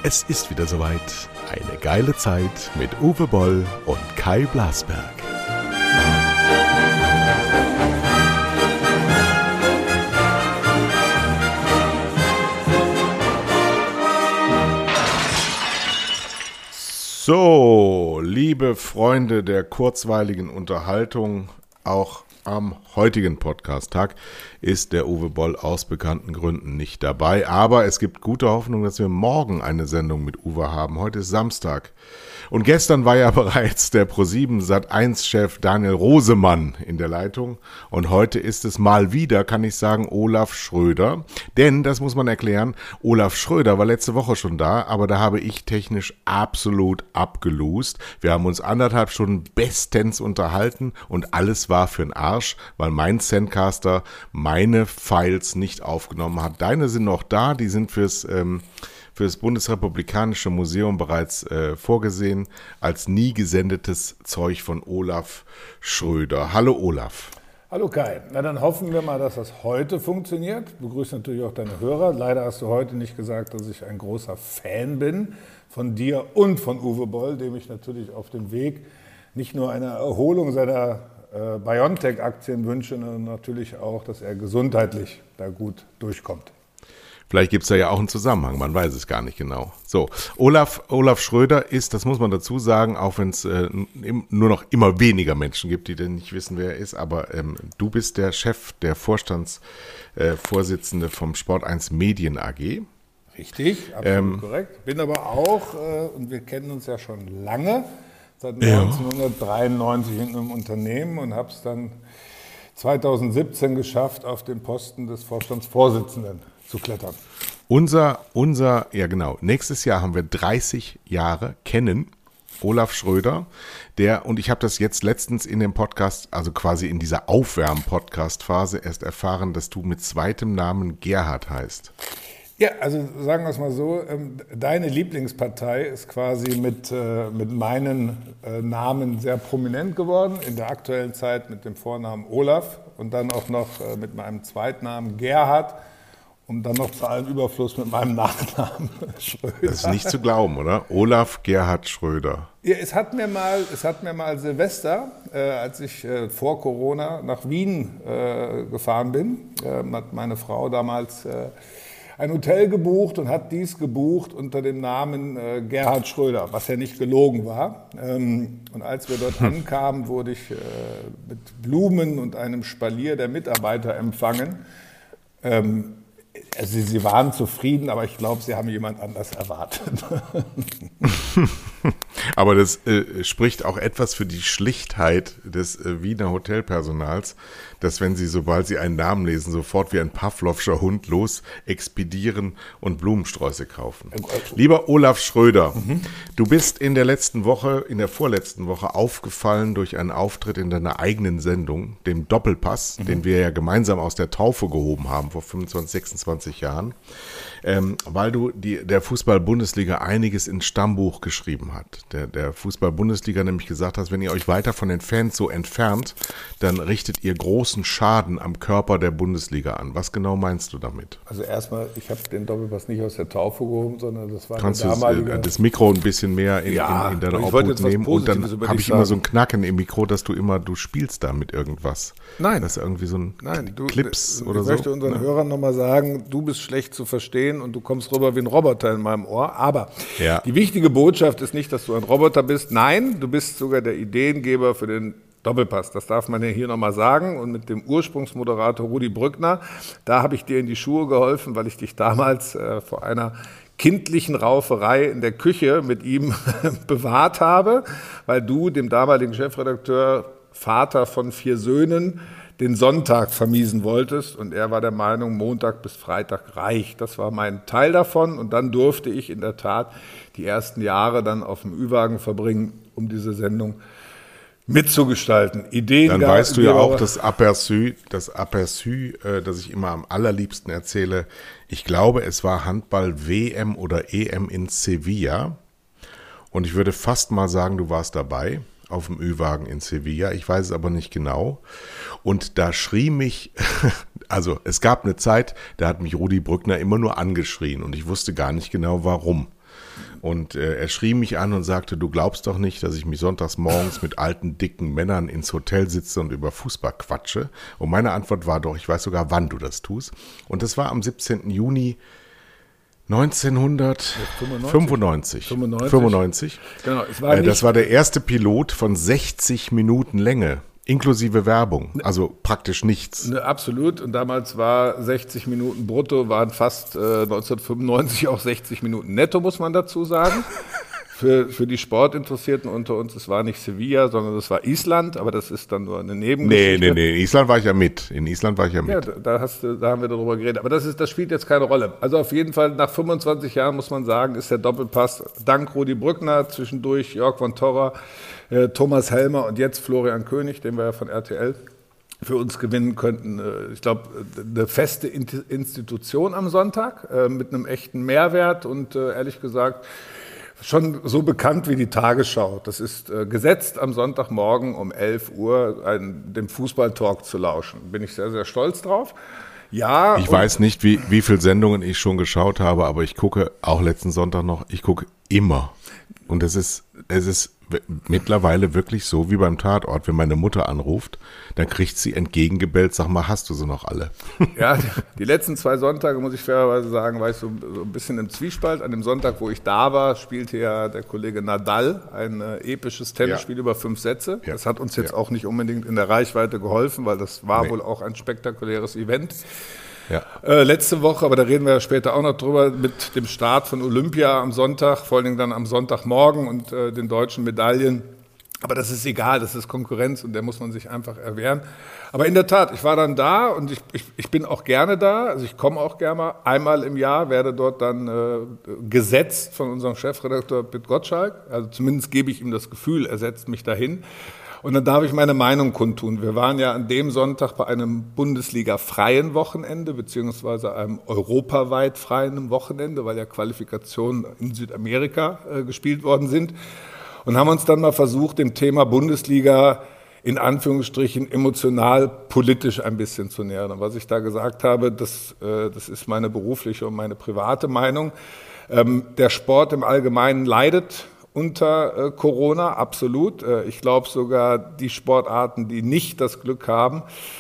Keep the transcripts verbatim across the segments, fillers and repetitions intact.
Es ist wieder soweit. Eine geile Zeit mit Uwe Boll und Kai Blasberg. So, liebe Freunde der kurzweiligen Unterhaltung, auch am heutigen Podcast-Tag ist der Uwe Boll aus bekannten Gründen nicht dabei. Aber es gibt gute Hoffnung, dass wir morgen eine Sendung mit Uwe haben. Heute ist Samstag. Und gestern war ja bereits der ProSieben Sat eins Chef Daniel Rosemann in der Leitung. Und heute ist es mal wieder, kann ich sagen, Olaf Schröder. Denn, das muss man erklären, Olaf Schröder war letzte Woche schon da, aber da habe ich technisch absolut abgelost. Wir haben uns anderthalb Stunden bestens unterhalten und alles war für den Arsch, weil mein Zencaster meine Files nicht aufgenommen hat. Deine sind noch da, die sind fürs... Ähm, für das Bundesrepublikanische Museum bereits äh, vorgesehen, als nie gesendetes Zeug von Olaf Schröder. Hallo Olaf. Hallo Kai. Na dann hoffen wir mal, dass das heute funktioniert. Ich begrüße natürlich auch deine Hörer. Leider hast du heute nicht gesagt, dass ich ein großer Fan bin von dir und von Uwe Boll, dem ich natürlich auf dem Weg nicht nur eine Erholung seiner äh, BioNTech-Aktien wünsche, sondern natürlich auch, dass er gesundheitlich da gut durchkommt. Vielleicht gibt es da ja auch einen Zusammenhang, man weiß es gar nicht genau. So, Olaf, Olaf Schröder ist, das muss man dazu sagen, auch wenn es äh, nur noch immer weniger Menschen gibt, die denn nicht wissen, wer er ist, aber ähm, du bist der Chef, der Vorstandsvorsitzende äh, vom Sport eins Medien A G. Richtig, absolut ähm, korrekt. Bin aber auch, äh, und wir kennen uns ja schon lange, seit ja. neunzehnhundertdreiundneunzig in einem Unternehmen und habe es dann zweitausendsiebzehn geschafft, auf den Posten des Vorstandsvorsitzenden zu klettern. Unser, unser, ja genau, nächstes Jahr haben wir dreißig Jahre kennen, Olaf Schröder, der, und ich habe das jetzt letztens in dem Podcast, also quasi in dieser Aufwärm-Podcast-Phase erst erfahren, dass du mit zweitem Namen Gerhard heißt. Ja, also sagen wir es mal so, deine Lieblingspartei ist quasi mit, mit meinen Namen sehr prominent geworden, in der aktuellen Zeit mit dem Vornamen Olaf und dann auch noch mit meinem Zweitnamen Gerhard. Und dann noch zu allem Überfluss mit meinem Nachnamen Schröder. Das ist nicht zu glauben, oder? Olaf Gerhard Schröder. Ja, es hat mir mal, es hat mir mal Silvester, äh, als ich äh, vor Corona nach Wien äh, gefahren bin, äh, hat meine Frau damals äh, ein Hotel gebucht und hat dies gebucht unter dem Namen äh, Gerhard Schröder, was ja nicht gelogen war. Ähm, und als wir dort ankamen, wurde ich äh, mit Blumen und einem Spalier der Mitarbeiter empfangen. Ähm, Also sie waren zufrieden, aber ich glaube, sie haben jemand anders erwartet. Aber das äh, spricht auch etwas für die Schlichtheit des äh, Wiener Hotelpersonals, dass wenn sie, sobald sie einen Namen lesen, sofort wie ein Pavlovscher Hund los expedieren und Blumensträuße kaufen. Lieber Olaf Schröder, mhm. du bist in der letzten Woche, in der vorletzten Woche aufgefallen durch einen Auftritt in deiner eigenen Sendung, dem Doppelpass, mhm. den wir ja gemeinsam aus der Taufe gehoben haben vor fünfundzwanzig, sechsundzwanzig Jahren, ähm, weil du die, der Fußball-Bundesliga einiges ins Stammbuch geschrieben hat. Der, der Fußball-Bundesliga nämlich gesagt hat, wenn ihr euch weiter von den Fans so entfernt, dann richtet ihr großen Schaden am Körper der Bundesliga an. Was genau meinst du damit? Also erstmal, ich habe den Doppelpass nicht aus der Taufe gehoben, sondern das war Kannst eine damalige... Kannst du das Mikro ein bisschen mehr in, ja, in, in deiner Obhut nehmen und dann habe ich sagen. immer so ein Knacken im Mikro, dass du immer, du spielst da mit irgendwas. Nein. Das ist irgendwie so ein Nein, du, Clips ich oder so. Ich möchte unseren ne? Hörern nochmal sagen, du bist schlecht zu verstehen und du kommst rüber wie ein Roboter in meinem Ohr. Aber ja. die wichtige Botschaft ist nicht, dass du ein Roboter bist. Nein, du bist sogar der Ideengeber für den Doppelpass. Das darf man ja hier nochmal sagen. Und mit dem Ursprungsmoderator Rudi Brückner, da habe ich dir in die Schuhe geholfen, weil ich dich damals äh, vor einer kindlichen Rauferei in der Küche mit ihm bewahrt habe, weil du dem damaligen Chefredakteur, Vater von vier Söhnen, den Sonntag vermiesen wolltest und er war der Meinung, Montag bis Freitag reicht. Das war mein Teil davon und dann durfte ich in der Tat die ersten Jahre dann auf dem Ü-Wagen verbringen, um diese Sendung mitzugestalten. Ideen. Dann weißt du ja auch das Aperçu, das Aperçu, äh, das ich immer am allerliebsten erzähle. Ich glaube, es war Handball-W M oder E M in Sevilla und ich würde fast mal sagen, du warst dabei. Auf dem Ü-Wagen in Sevilla, ich weiß es aber nicht genau. Und da schrie mich, also es gab eine Zeit, da hat mich Rudi Brückner immer nur angeschrien und ich wusste gar nicht genau warum. Und äh, er schrie mich an und sagte, du glaubst doch nicht, dass ich mich sonntags morgens mit alten, dicken Männern ins Hotel sitze und über Fußball quatsche. Und meine Antwort war doch, ich weiß sogar, wann du das tust. Und das war am siebzehnten Juni neunzehnhundertfünfundneunzig. fünfundneunzig. fünfundneunzig. Genau, es war äh, nicht das war der erste Pilot von sechzig Minuten Länge, inklusive Werbung, also praktisch nichts. Ne, absolut. Und damals war sechzig Minuten brutto, waren fast äh, neunzehnhundertfünfundneunzig auch sechzig Minuten netto, muss man dazu sagen. Für, für die Sportinteressierten unter uns, es war nicht Sevilla, sondern es war Island, aber das ist dann nur eine Nebengeschichte. Nee, nee, nee, in Island war ich ja mit. In Island war ich ja mit. Ja, da, hast du, da haben wir darüber geredet. Aber das, ist, das spielt jetzt keine Rolle. Also auf jeden Fall, nach fünfundzwanzig Jahren, muss man sagen, ist der Doppelpass dank Rudi Brückner, zwischendurch Jörg von Torra, äh, Thomas Helmer und jetzt Florian König, den wir ja von R T L für uns gewinnen könnten. Äh, ich glaube, eine feste Institution am Sonntag äh, mit einem echten Mehrwert und äh, ehrlich gesagt, schon so bekannt wie die Tagesschau. Das ist äh, gesetzt, am Sonntagmorgen um elf Uhr ein, dem Fußballtalk zu lauschen. Bin ich sehr, sehr stolz drauf. Ja. Ich weiß nicht, wie, wie viele Sendungen ich schon geschaut habe, aber ich gucke auch letzten Sonntag noch, ich gucke immer. Und es ist, es ist mittlerweile wirklich so wie beim Tatort, wenn meine Mutter anruft, dann kriegt sie entgegengebellt, sag mal, hast du sie noch alle? Ja, die letzten zwei Sonntage, muss ich fairerweise sagen, war ich so, so ein bisschen im Zwiespalt. An dem Sonntag, wo ich da war, spielte ja der Kollege Nadal ein äh, episches Tennisspiel ja. über fünf Sätze. Ja. Das hat uns jetzt ja. auch nicht unbedingt in der Reichweite geholfen, weil das war nee. wohl auch ein spektakuläres Event. Ja. Äh, letzte Woche, aber da reden wir ja später auch noch drüber, mit dem Start von Olympia am Sonntag, vor allen Dingen dann am Sonntagmorgen und äh, den deutschen Medaillen. Aber das ist egal, das ist Konkurrenz und der muss man sich einfach erwehren. Aber in der Tat, ich war dann da und ich, ich, ich bin auch gerne da, also ich komme auch gerne mal einmal im Jahr, werde dort dann äh, gesetzt von unserem Chefredakteur Pitt Gottschalk, also zumindest gebe ich ihm das Gefühl, er setzt mich dahin. Und dann darf ich meine Meinung kundtun. Wir waren ja an dem Sonntag bei einem Bundesliga-freien Wochenende, beziehungsweise einem europaweit freien Wochenende, weil ja Qualifikationen in Südamerika äh, gespielt worden sind. Und haben uns dann mal versucht, dem Thema Bundesliga in Anführungsstrichen emotional, politisch ein bisschen zu nähern. Und was ich da gesagt habe, das, äh, das ist meine berufliche und meine private Meinung. Ähm, der Sport im Allgemeinen leidet unter äh, Corona, absolut. Äh, ich glaube sogar, die Sportarten, die nicht das Glück haben,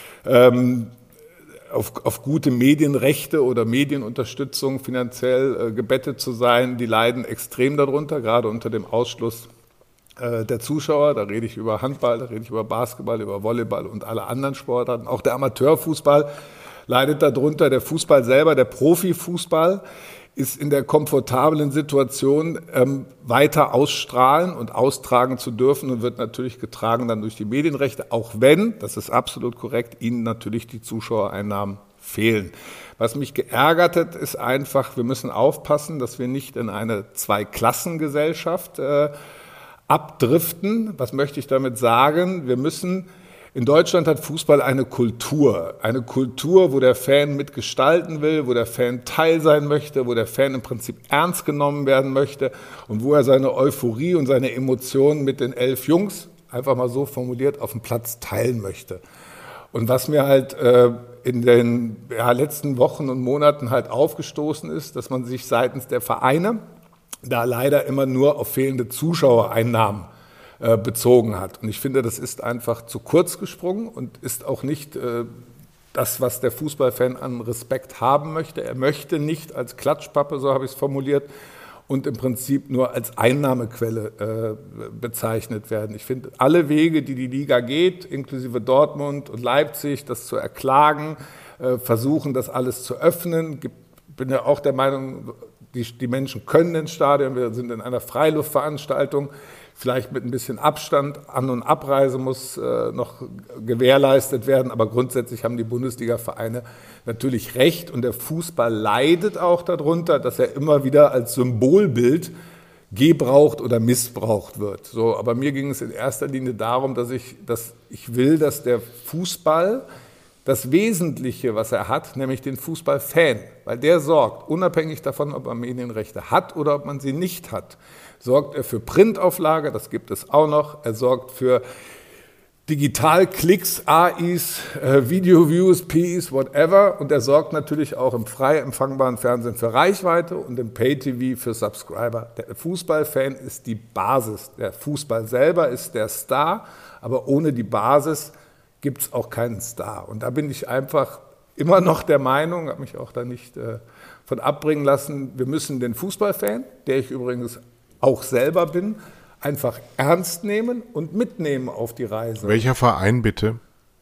ähm, auf, auf gute Medienrechte oder Medienunterstützung finanziell äh, gebettet zu sein, die leiden extrem darunter, gerade unter dem Ausschluss äh, der Zuschauer. Da rede ich über Handball, da rede ich über Basketball, über Volleyball und alle anderen Sportarten. Auch der Amateurfußball leidet darunter. Der Fußball selber, der Profifußball, ist in der komfortablen Situation, ähm, weiter ausstrahlen und austragen zu dürfen und wird natürlich getragen dann durch die Medienrechte, auch wenn, das ist absolut korrekt, ihnen natürlich die Zuschauereinnahmen fehlen. Was mich geärgert hat, ist einfach, wir müssen aufpassen, dass wir nicht in eine Zweiklassengesellschaft äh, abdriften. Was möchte ich damit sagen? Wir müssen In Deutschland hat Fußball eine Kultur, eine Kultur, wo der Fan mitgestalten will, wo der Fan Teil sein möchte, wo der Fan im Prinzip ernst genommen werden möchte und wo er seine Euphorie und seine Emotionen mit den elf Jungs, einfach mal so formuliert, auf dem Platz teilen möchte. Und was mir halt äh, in den ja, letzten Wochen und Monaten halt aufgestoßen ist, dass man sich seitens der Vereine da leider immer nur auf fehlende Zuschauereinnahmen bezogen hat. Und ich finde, das ist einfach zu kurz gesprungen und ist auch nicht äh, das, was der Fußballfan an Respekt haben möchte. Er möchte nicht als Klatschpappe, so habe ich es formuliert, und im Prinzip nur als Einnahmequelle äh, bezeichnet werden. Ich finde, alle Wege, die die Liga geht, inklusive Dortmund und Leipzig, das zu erklagen, äh, versuchen, das alles zu öffnen. Ich bin ja auch der Meinung, die, die Menschen können ins Stadion, wir sind in einer Freiluftveranstaltung, vielleicht mit ein bisschen Abstand, An- und Abreise muss äh, noch gewährleistet werden, aber grundsätzlich haben die Bundesliga-Vereine natürlich recht und der Fußball leidet auch darunter, dass er immer wieder als Symbolbild gebraucht oder missbraucht wird. So, aber mir ging es in erster Linie darum, dass ich, dass ich will, dass der Fußball das Wesentliche, was er hat, nämlich den Fußballfan, weil der sorgt, unabhängig davon, ob er Medienrechte hat oder ob man sie nicht hat, sorgt er für Printauflage, das gibt es auch noch, er sorgt für Digital-Klicks, A Is, äh, Video-Views, P Is, whatever. Und er sorgt natürlich auch im frei empfangbaren Fernsehen für Reichweite und im Pay-T V für Subscriber. Der Fußballfan ist die Basis. Der Fußball selber ist der Star, aber ohne die Basis gibt es auch keinen Star. Und da bin ich einfach immer noch der Meinung, habe mich auch da nicht äh, von abbringen lassen, wir müssen den Fußballfan, der ich übrigens auch selber bin, einfach ernst nehmen und mitnehmen auf die Reise. Welcher Verein bitte?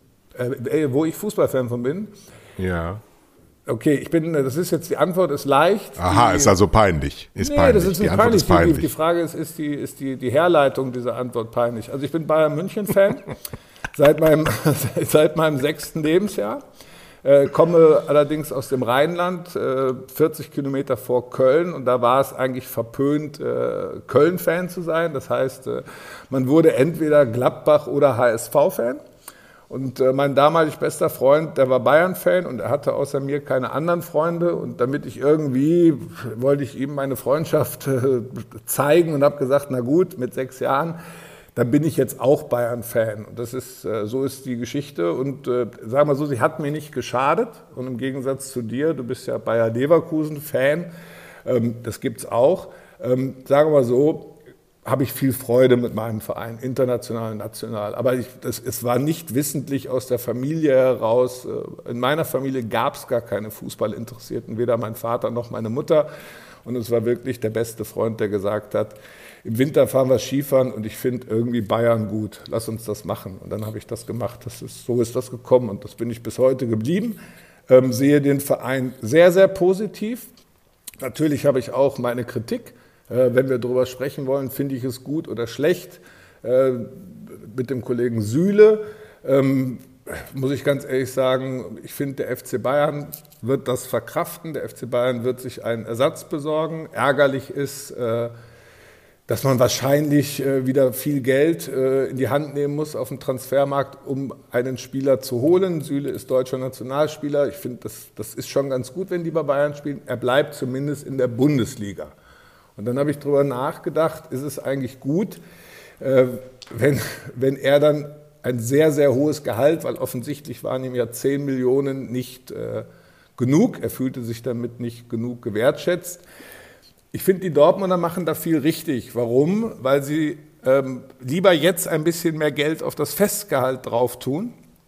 Äh, wo ich Fußballfan von bin? Ja. Okay, ich bin, das ist jetzt, die Antwort ist leicht. Aha, die, ist also peinlich. Ist nee, peinlich. das ist nicht die Antwort peinlich. ist peinlich. Die, die Frage ist, ist, die, ist die, die Herleitung dieser Antwort peinlich? Also ich bin Bayern München-Fan seit meinem, seit meinem sechsten Lebensjahr. Äh, komme allerdings aus dem Rheinland, äh, vierzig Kilometer vor Köln, und da war es eigentlich verpönt, äh, Köln-Fan zu sein. Das heißt, äh, man wurde entweder Gladbach- oder H S V-Fan. Und äh, mein damalig bester Freund, der war Bayern-Fan und er hatte außer mir keine anderen Freunde. Und damit ich irgendwie, wollte ich ihm meine Freundschaft äh, zeigen und habe gesagt, na gut, mit sechs Jahren, dann bin ich jetzt auch Bayern-Fan. Und das ist, äh, so ist die Geschichte. Und äh, sagen wir so, sie hat mir nicht geschadet. Und im Gegensatz zu dir, du bist ja Bayer-Leverkusen-Fan, ähm, das gibt's auch. Ähm, sagen wir so, habe ich viel Freude mit meinem Verein, international und national. Aber ich, das, es war nicht wissentlich aus der Familie heraus. In meiner Familie gab es gar keine Fußballinteressierten, weder mein Vater noch meine Mutter. Und es war wirklich der beste Freund, der gesagt hat, im Winter fahren wir Skifahren und ich finde irgendwie Bayern gut. Lass uns das machen. Und dann habe ich das gemacht. Das ist, so ist das gekommen und das bin ich bis heute geblieben. Ähm, sehe den Verein sehr, sehr positiv. Natürlich habe ich auch meine Kritik. Äh, wenn wir darüber sprechen wollen, finde ich es gut oder schlecht. Äh, mit dem Kollegen Süle ähm, muss ich ganz ehrlich sagen, ich finde, der F C Bayern wird das verkraften. Der F C Bayern wird sich einen Ersatz besorgen. Ärgerlich ist, äh, dass man wahrscheinlich äh, wieder viel Geld äh, in die Hand nehmen muss auf dem Transfermarkt, um einen Spieler zu holen. Süle ist deutscher Nationalspieler. Ich finde, das, das ist schon ganz gut, wenn die bei Bayern spielen. Er bleibt zumindest in der Bundesliga. Und dann habe ich darüber nachgedacht, ist es eigentlich gut, äh, wenn, wenn er dann ein sehr, sehr hohes Gehalt, weil offensichtlich waren ihm ja zehn Millionen nicht äh, genug, er fühlte sich damit nicht genug gewertschätzt. Ich finde, die Dortmunder machen da viel richtig. Warum? Weil sie ähm, lieber jetzt ein bisschen mehr Geld auf das Festgehalt drauf tun,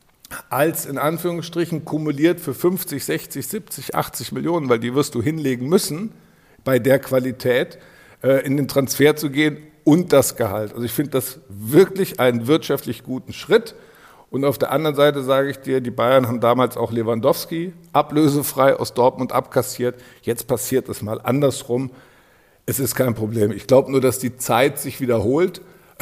als in Anführungsstrichen kumuliert für fünfzig, sechzig, siebzig, achtzig Millionen, weil die wirst du hinlegen müssen, bei der Qualität äh, in den Transfer zu gehen und das Gehalt. Also ich finde das wirklich einen wirtschaftlich guten Schritt. Und auf der anderen Seite sage ich dir, die Bayern haben damals auch Lewandowski ablösefrei aus Dortmund abkassiert. Jetzt passiert es mal andersrum. Es ist kein Problem. Ich glaube nur, dass die Zeit sich wiederholt.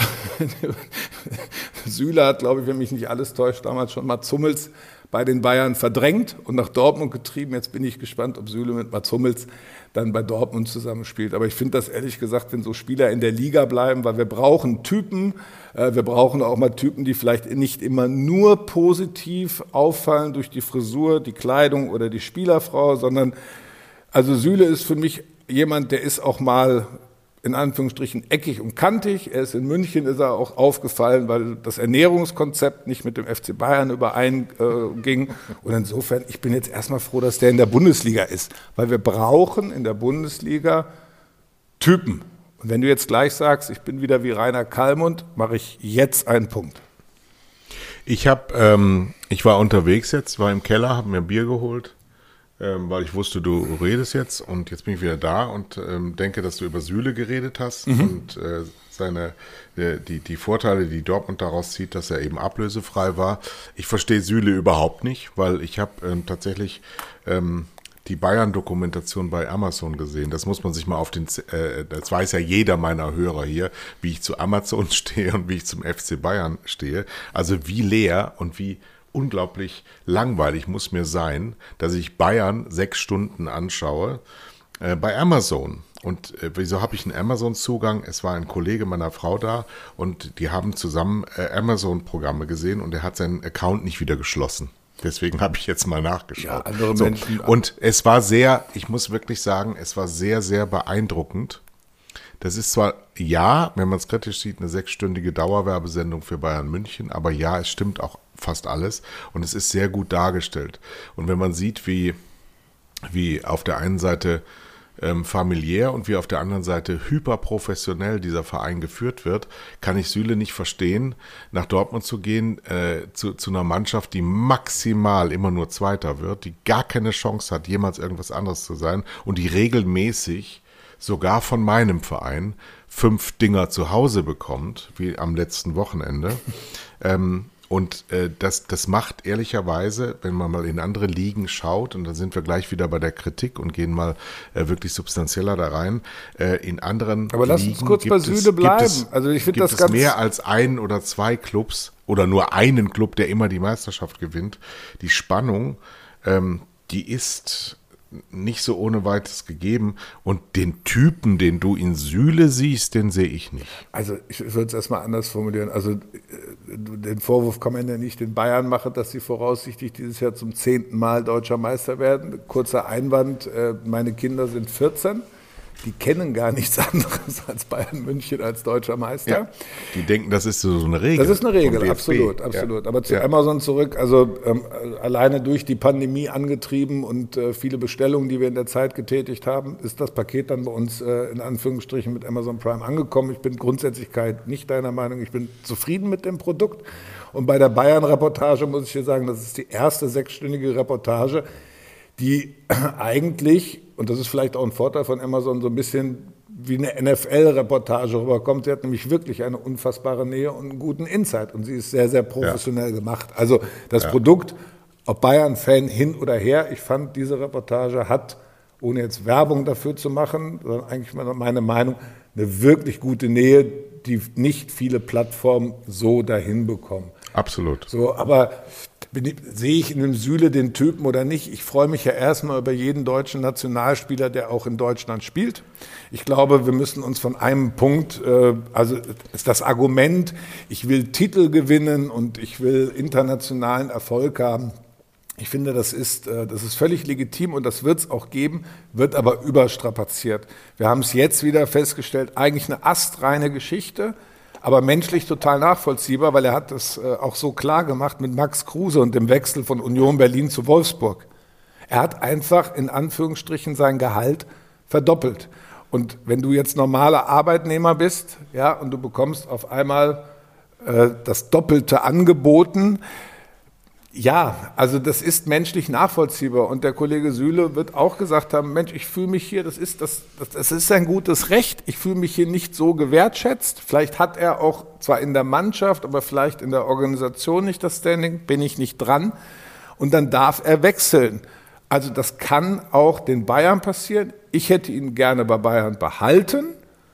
Süle hat, glaube ich, wenn mich nicht alles täuscht, damals schon Mats Hummels bei den Bayern verdrängt und nach Dortmund getrieben. Jetzt bin ich gespannt, ob Süle mit Mats Hummels dann bei Dortmund zusammenspielt. Aber ich finde das ehrlich gesagt, wenn so Spieler in der Liga bleiben, weil wir brauchen Typen, äh, wir brauchen auch mal Typen, die vielleicht nicht immer nur positiv auffallen durch die Frisur, die Kleidung oder die Spielerfrau, sondern also Süle ist für mich jemand, der ist auch mal in Anführungsstrichen eckig und kantig. Er ist in München, ist er auch aufgefallen, weil das Ernährungskonzept nicht mit dem F C Bayern übereinging. Und insofern, ich bin jetzt erstmal froh, dass der in der Bundesliga ist, weil wir brauchen in der Bundesliga Typen. Und wenn du jetzt gleich sagst, ich bin wieder wie Rainer Kallmund, mache ich jetzt einen Punkt. Ich habe, ähm, ich war unterwegs jetzt, war im Keller, habe mir Bier geholt. Ähm, weil ich wusste, du redest jetzt und jetzt bin ich wieder da und ähm, denke, dass du über Süle geredet hast mhm. und äh, seine äh, die die Vorteile, die Dortmund daraus zieht, dass er eben ablösefrei war. Ich verstehe Süle überhaupt nicht, weil ich habe ähm, tatsächlich ähm, die Bayern-Dokumentation bei Amazon gesehen. Das muss man sich mal auf den, äh, das weiß ja jeder meiner Hörer hier, wie ich zu Amazon stehe und wie ich zum F C Bayern stehe. Also wie leer und wie unglaublich langweilig muss mir sein, dass ich Bayern sechs Stunden anschaue äh, bei Amazon. Und äh, wieso habe ich einen Amazon-Zugang? Es war ein Kollege meiner Frau da und die haben zusammen äh, Amazon-Programme gesehen und er hat seinen Account nicht wieder geschlossen. Deswegen habe ich jetzt mal nachgeschaut. Ja, andere so. Menschen. Und es war sehr, ich muss wirklich sagen, es war sehr, sehr beeindruckend, das ist zwar, ja, wenn man es kritisch sieht, eine sechsstündige Dauerwerbesendung für Bayern München, aber ja, es stimmt auch fast alles und es ist sehr gut dargestellt. Und wenn man sieht, wie, wie auf der einen Seite ähm, familiär und wie auf der anderen Seite hyperprofessionell dieser Verein geführt wird, kann ich Süle nicht verstehen, nach Dortmund zu gehen, äh, zu, zu einer Mannschaft, die maximal immer nur Zweiter wird, die gar keine Chance hat, jemals irgendwas anderes zu sein und die regelmäßig sogar von meinem Verein fünf Dinger zu Hause bekommt, wie am letzten Wochenende. ähm, Und äh, das, das macht ehrlicherweise, wenn man mal in andere Ligen schaut, und dann sind wir gleich wieder bei der Kritik und gehen mal äh, wirklich substanzieller da rein, äh, in anderen Aber lass Ligen uns kurz bei Süle bleiben. Gibt es, also ich finde das ganz mehr als ein oder zwei Clubs oder nur einen Club, der immer die Meisterschaft gewinnt. Die Spannung, ähm, die ist nicht so ohne weiteres gegeben. Und den Typen, den du in Süle siehst, den sehe ich nicht. Also ich würde es erstmal anders formulieren. Also den Vorwurf kann man ja nicht den Bayern machen, dass sie voraussichtlich dieses Jahr zum zehnten Mal deutscher Meister werden. Kurzer Einwand, meine Kinder sind vierzehn. Die kennen gar nichts anderes als Bayern München als deutscher Meister. Ja, die denken, das ist so eine Regel. Das ist eine Regel, absolut, absolut. Ja. Aber zu ja. Amazon zurück, also ähm, alleine durch die Pandemie angetrieben und äh, viele Bestellungen, die wir in der Zeit getätigt haben, ist das Paket dann bei uns äh, in Anführungsstrichen mit Amazon Prime angekommen. Ich bin grundsätzlich nicht deiner Meinung, ich bin zufrieden mit dem Produkt. Und bei der Bayern-Reportage muss ich dir sagen, das ist die erste sechsstündige Reportage, die eigentlich, und das ist vielleicht auch ein Vorteil von Amazon, so ein bisschen wie eine N F L-Reportage rüberkommt. Sie hat nämlich wirklich eine unfassbare Nähe und einen guten Insight. Und sie ist sehr, sehr professionell ja. gemacht. Also das ja. Produkt, ob Bayern-Fan hin oder her, ich fand, diese Reportage hat, ohne jetzt Werbung dafür zu machen, sondern eigentlich meine Meinung, eine wirklich gute Nähe, die nicht viele Plattformen so dahin bekommen. Absolut. So, aber bin, sehe ich in dem Süle den Typen oder nicht? Ich freue mich ja erstmal über jeden deutschen Nationalspieler, der auch in Deutschland spielt. Ich glaube, wir müssen uns von einem Punkt, äh, also ist das Argument, ich will Titel gewinnen und ich will internationalen Erfolg haben. Ich finde, das ist, äh, das ist völlig legitim und das wird es auch geben, wird aber überstrapaziert. Wir haben es jetzt wieder festgestellt, eigentlich eine astreine Geschichte, aber menschlich total nachvollziehbar, weil er hat das äh, auch so klar gemacht mit Max Kruse und dem Wechsel von Union Berlin zu Wolfsburg. Er hat einfach in Anführungsstrichen sein Gehalt verdoppelt. Und wenn du jetzt normaler Arbeitnehmer bist, ja, und du bekommst auf einmal äh, das Doppelte angeboten, ja, also das ist menschlich nachvollziehbar. Und der Kollege Süle wird auch gesagt haben, Mensch, ich fühle mich hier, das ist, das, das, das ist ein gutes Recht, ich fühle mich hier nicht so gewertschätzt. Vielleicht hat er auch zwar in der Mannschaft, aber vielleicht in der Organisation nicht das Standing, bin ich nicht dran. Und dann darf er wechseln. Also das kann auch den Bayern passieren. Ich hätte ihn gerne bei Bayern behalten,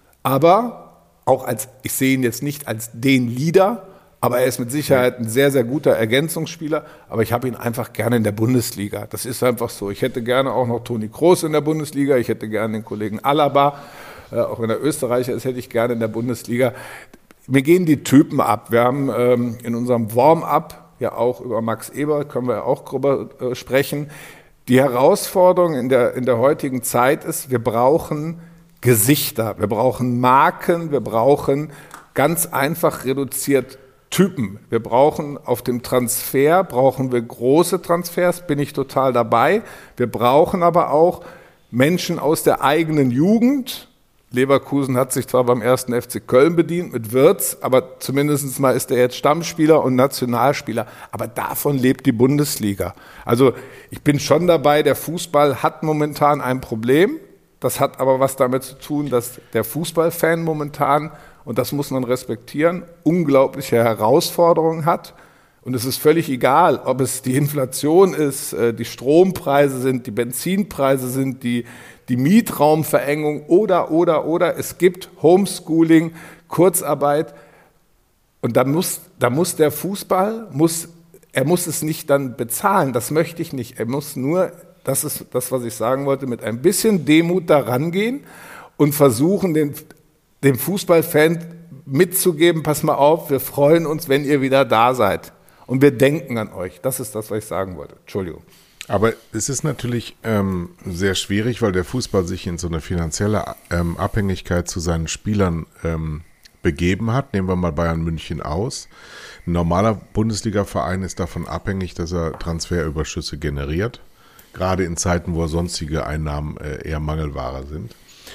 aber auch als, ich sehe ihn jetzt nicht als den Leader, aber er ist mit Sicherheit ein sehr, sehr guter Ergänzungsspieler. Aber ich habe ihn einfach gerne in der Bundesliga. Das ist einfach so. Ich hätte gerne auch noch Toni Kroos in der Bundesliga. Ich hätte gerne den Kollegen Alaba. Äh, auch wenn er Österreicher ist, hätte ich gerne in der Bundesliga. Mir gehen die Typen ab. Wir haben ähm, in unserem Warm-up ja auch über Max Eber, können wir ja auch drüber äh, sprechen. Die Herausforderung in der, in der heutigen Zeit ist, wir brauchen Gesichter. Wir brauchen Marken. Wir brauchen ganz einfach reduziert Typen. Wir brauchen auf dem Transfer, brauchen wir große Transfers, bin ich total dabei. Wir brauchen aber auch Menschen aus der eigenen Jugend. Leverkusen hat sich zwar beim ersten F C Köln bedient mit Wirtz, aber zumindest mal ist er jetzt Stammspieler und Nationalspieler. Aber davon lebt die Bundesliga. Also ich bin schon dabei, der Fußball hat momentan ein Problem. Das hat aber was damit zu tun, dass der Fußballfan momentan, und das muss man respektieren, unglaubliche Herausforderungen hat. Und es ist völlig egal, ob es die Inflation ist, die Strompreise sind, die Benzinpreise sind, die, die Mietraumverengung oder, oder, oder. Es gibt Homeschooling, Kurzarbeit. Und da muss, da muss der Fußball, muss, er muss es nicht dann bezahlen, das möchte ich nicht. Er muss nur, das ist das, was ich sagen wollte, mit ein bisschen Demut da rangehen und versuchen, den dem Fußballfan mitzugeben, pass mal auf, wir freuen uns, wenn ihr wieder da seid. Und wir denken an euch. Das ist das, was ich sagen wollte. Entschuldigung. Aber es ist natürlich ähm, sehr schwierig, weil der Fußball sich in so eine finanzielle ähm, Abhängigkeit zu seinen Spielern ähm, begeben hat. Nehmen wir mal Bayern München aus. Ein normaler Bundesliga-Verein ist davon abhängig, dass er Transferüberschüsse generiert, gerade in Zeiten, wo sonstige Einnahmen äh, eher Mangelware sind.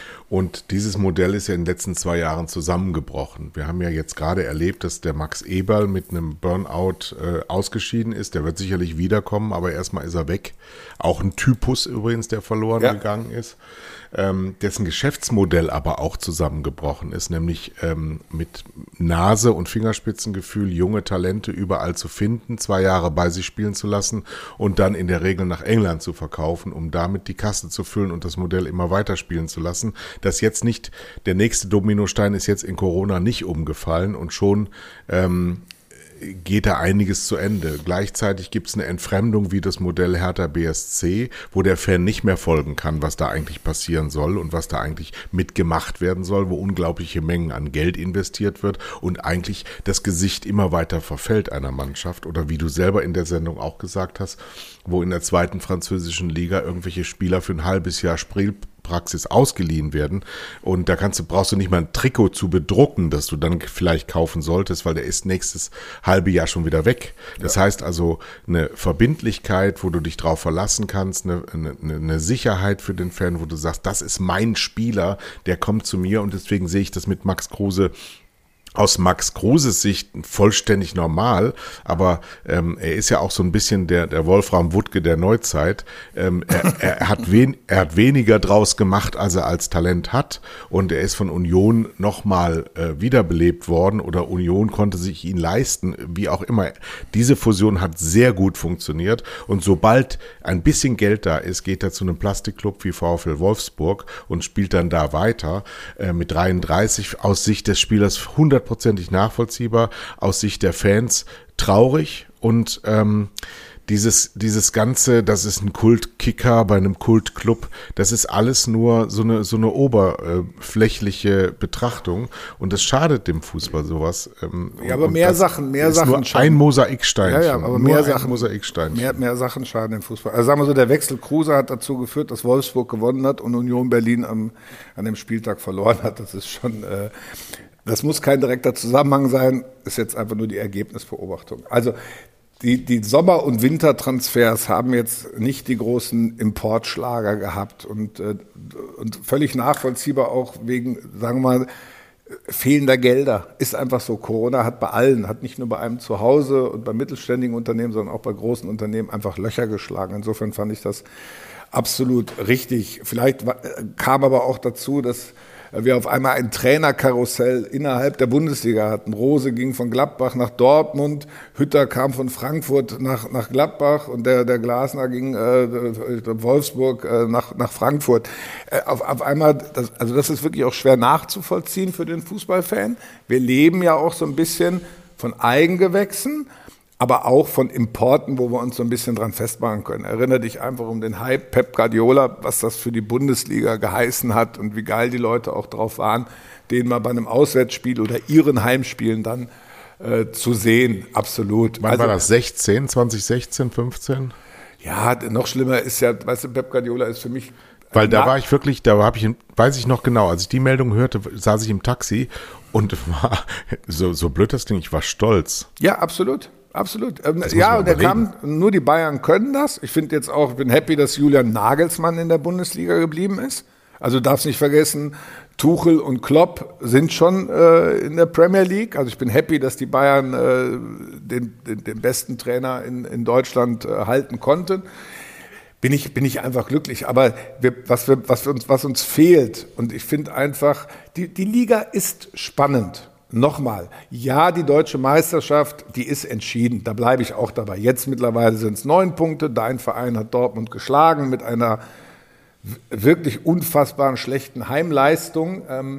Und dieses Modell ist ja in den letzten zwei Jahren zusammengebrochen. Wir haben ja jetzt gerade erlebt, dass der Max Eberl mit einem Burnout äh, ausgeschieden ist. Der wird sicherlich wiederkommen, aber erstmal ist er weg. Auch ein Typus übrigens, der verloren ja. gegangen ist. Ähm, dessen Geschäftsmodell aber auch zusammengebrochen ist, nämlich ähm, mit Nase- und Fingerspitzengefühl junge Talente überall zu finden, zwei Jahre bei sich spielen zu lassen und dann in der Regel nach England zu verkaufen, um damit die Kasse zu füllen und das Modell immer weiterspielen zu lassen. Das jetzt nicht, der nächste Dominostein ist jetzt in Corona nicht umgefallen und schon ähm, geht da einiges zu Ende. Gleichzeitig gibt es eine Entfremdung wie das Modell Hertha B S C, wo der Fan nicht mehr folgen kann, was da eigentlich passieren soll und was da eigentlich mitgemacht werden soll, wo unglaubliche Mengen an Geld investiert wird und eigentlich das Gesicht immer weiter verfällt einer Mannschaft. Oder wie du selber in der Sendung auch gesagt hast, wo in der zweiten französischen Liga irgendwelche Spieler für ein halbes Jahr Spielpraxis ausgeliehen werden und da kannst du, brauchst du nicht mal ein Trikot zu bedrucken, das du dann vielleicht kaufen solltest, weil der ist nächstes halbe Jahr schon wieder weg. Das ja. heißt also eine Verbindlichkeit, wo du dich drauf verlassen kannst, eine, eine, eine Sicherheit für den Fan, wo du sagst, das ist mein Spieler, der kommt zu mir und deswegen sehe ich das mit Max Kruse aus Max Kruses Sicht vollständig normal, aber ähm, er ist ja auch so ein bisschen der der Wolfram Wuttke der Neuzeit. Ähm, er, er, hat wen, er hat weniger draus gemacht, als er als Talent hat und er ist von Union nochmal äh, wiederbelebt worden oder Union konnte sich ihn leisten, wie auch immer. Diese Fusion hat sehr gut funktioniert und sobald ein bisschen Geld da ist, geht er zu einem Plastikclub wie VfL Wolfsburg und spielt dann da weiter äh, mit dreiunddreißig aus Sicht des Spielers hundert hundertprozentig nachvollziehbar, aus Sicht der Fans traurig und ähm, dieses dieses Ganze, das ist ein Kultkicker bei einem Kultclub, das ist alles nur so eine so eine oberflächliche Betrachtung und das schadet dem Fußball sowas. Ähm, ja, aber mehr Sachen, mehr Sachen nur schaden. Ein Mosaikstein. Ja, ja, aber mehr Sachen, Mosaikstein. Mehr, mehr Sachen schaden dem Fußball. Also sagen wir so, der Wechsel Kruse hat dazu geführt, dass Wolfsburg gewonnen hat und Union Berlin am an dem Spieltag verloren hat. Das ist schon äh, Das muss kein direkter Zusammenhang sein, ist jetzt einfach nur die Ergebnisbeobachtung. Also die, die Sommer- und Wintertransfers haben jetzt nicht die großen Importschlager gehabt und, äh, und völlig nachvollziehbar auch wegen, sagen wir mal, fehlender Gelder. Ist einfach so. Corona hat bei allen, hat nicht nur bei einem zu Hause und bei mittelständigen Unternehmen, sondern auch bei großen Unternehmen einfach Löcher geschlagen. Insofern fand ich das absolut richtig. Vielleicht kam aber auch dazu, dass wir auf einmal ein Trainerkarussell innerhalb der Bundesliga hatten. Rose ging von Gladbach nach Dortmund, Hütter kam von Frankfurt nach, nach Gladbach und der, der Glasner ging äh, Wolfsburg äh, nach, nach Frankfurt. Äh, auf, auf einmal, das, also das ist wirklich auch schwer nachzuvollziehen für den Fußballfan. Wir leben ja auch so ein bisschen von Eigengewächsen, aber auch von Importen, wo wir uns so ein bisschen dran festmachen können. Erinnere dich einfach um den Hype Pep Guardiola, was das für die Bundesliga geheißen hat und wie geil die Leute auch drauf waren, den mal bei einem Auswärtsspiel oder ihren Heimspielen dann äh, zu sehen. Absolut. Wann also, war das? sechzehn, zwanzig sechzehn, fünfzehn? Ja, noch schlimmer ist ja, weißt du, Pep Guardiola ist für mich... Weil da war ich wirklich, da habe ich, weiß ich noch genau, als ich die Meldung hörte, saß ich im Taxi und war, so, so blöd das klingt, ich war stolz. Ja, absolut. Absolut. Ähm, ja, und er kam, nur die Bayern können das. Ich finde jetzt auch, ich bin happy, dass Julian Nagelsmann in der Bundesliga geblieben ist. Also darfst nicht vergessen, Tuchel und Klopp sind schon äh, in der Premier League. Also ich bin happy, dass die Bayern äh, den, den, den besten Trainer in, in Deutschland äh, halten konnten. Bin ich, bin ich einfach glücklich. Aber wir, was, wir, was, wir uns, was uns fehlt, und ich finde einfach, die, die Liga ist spannend. Nochmal, ja, die deutsche Meisterschaft, die ist entschieden, da bleibe ich auch dabei. Jetzt mittlerweile sind es neun Punkte, dein Verein hat Dortmund geschlagen mit einer wirklich unfassbaren schlechten Heimleistung. Ähm,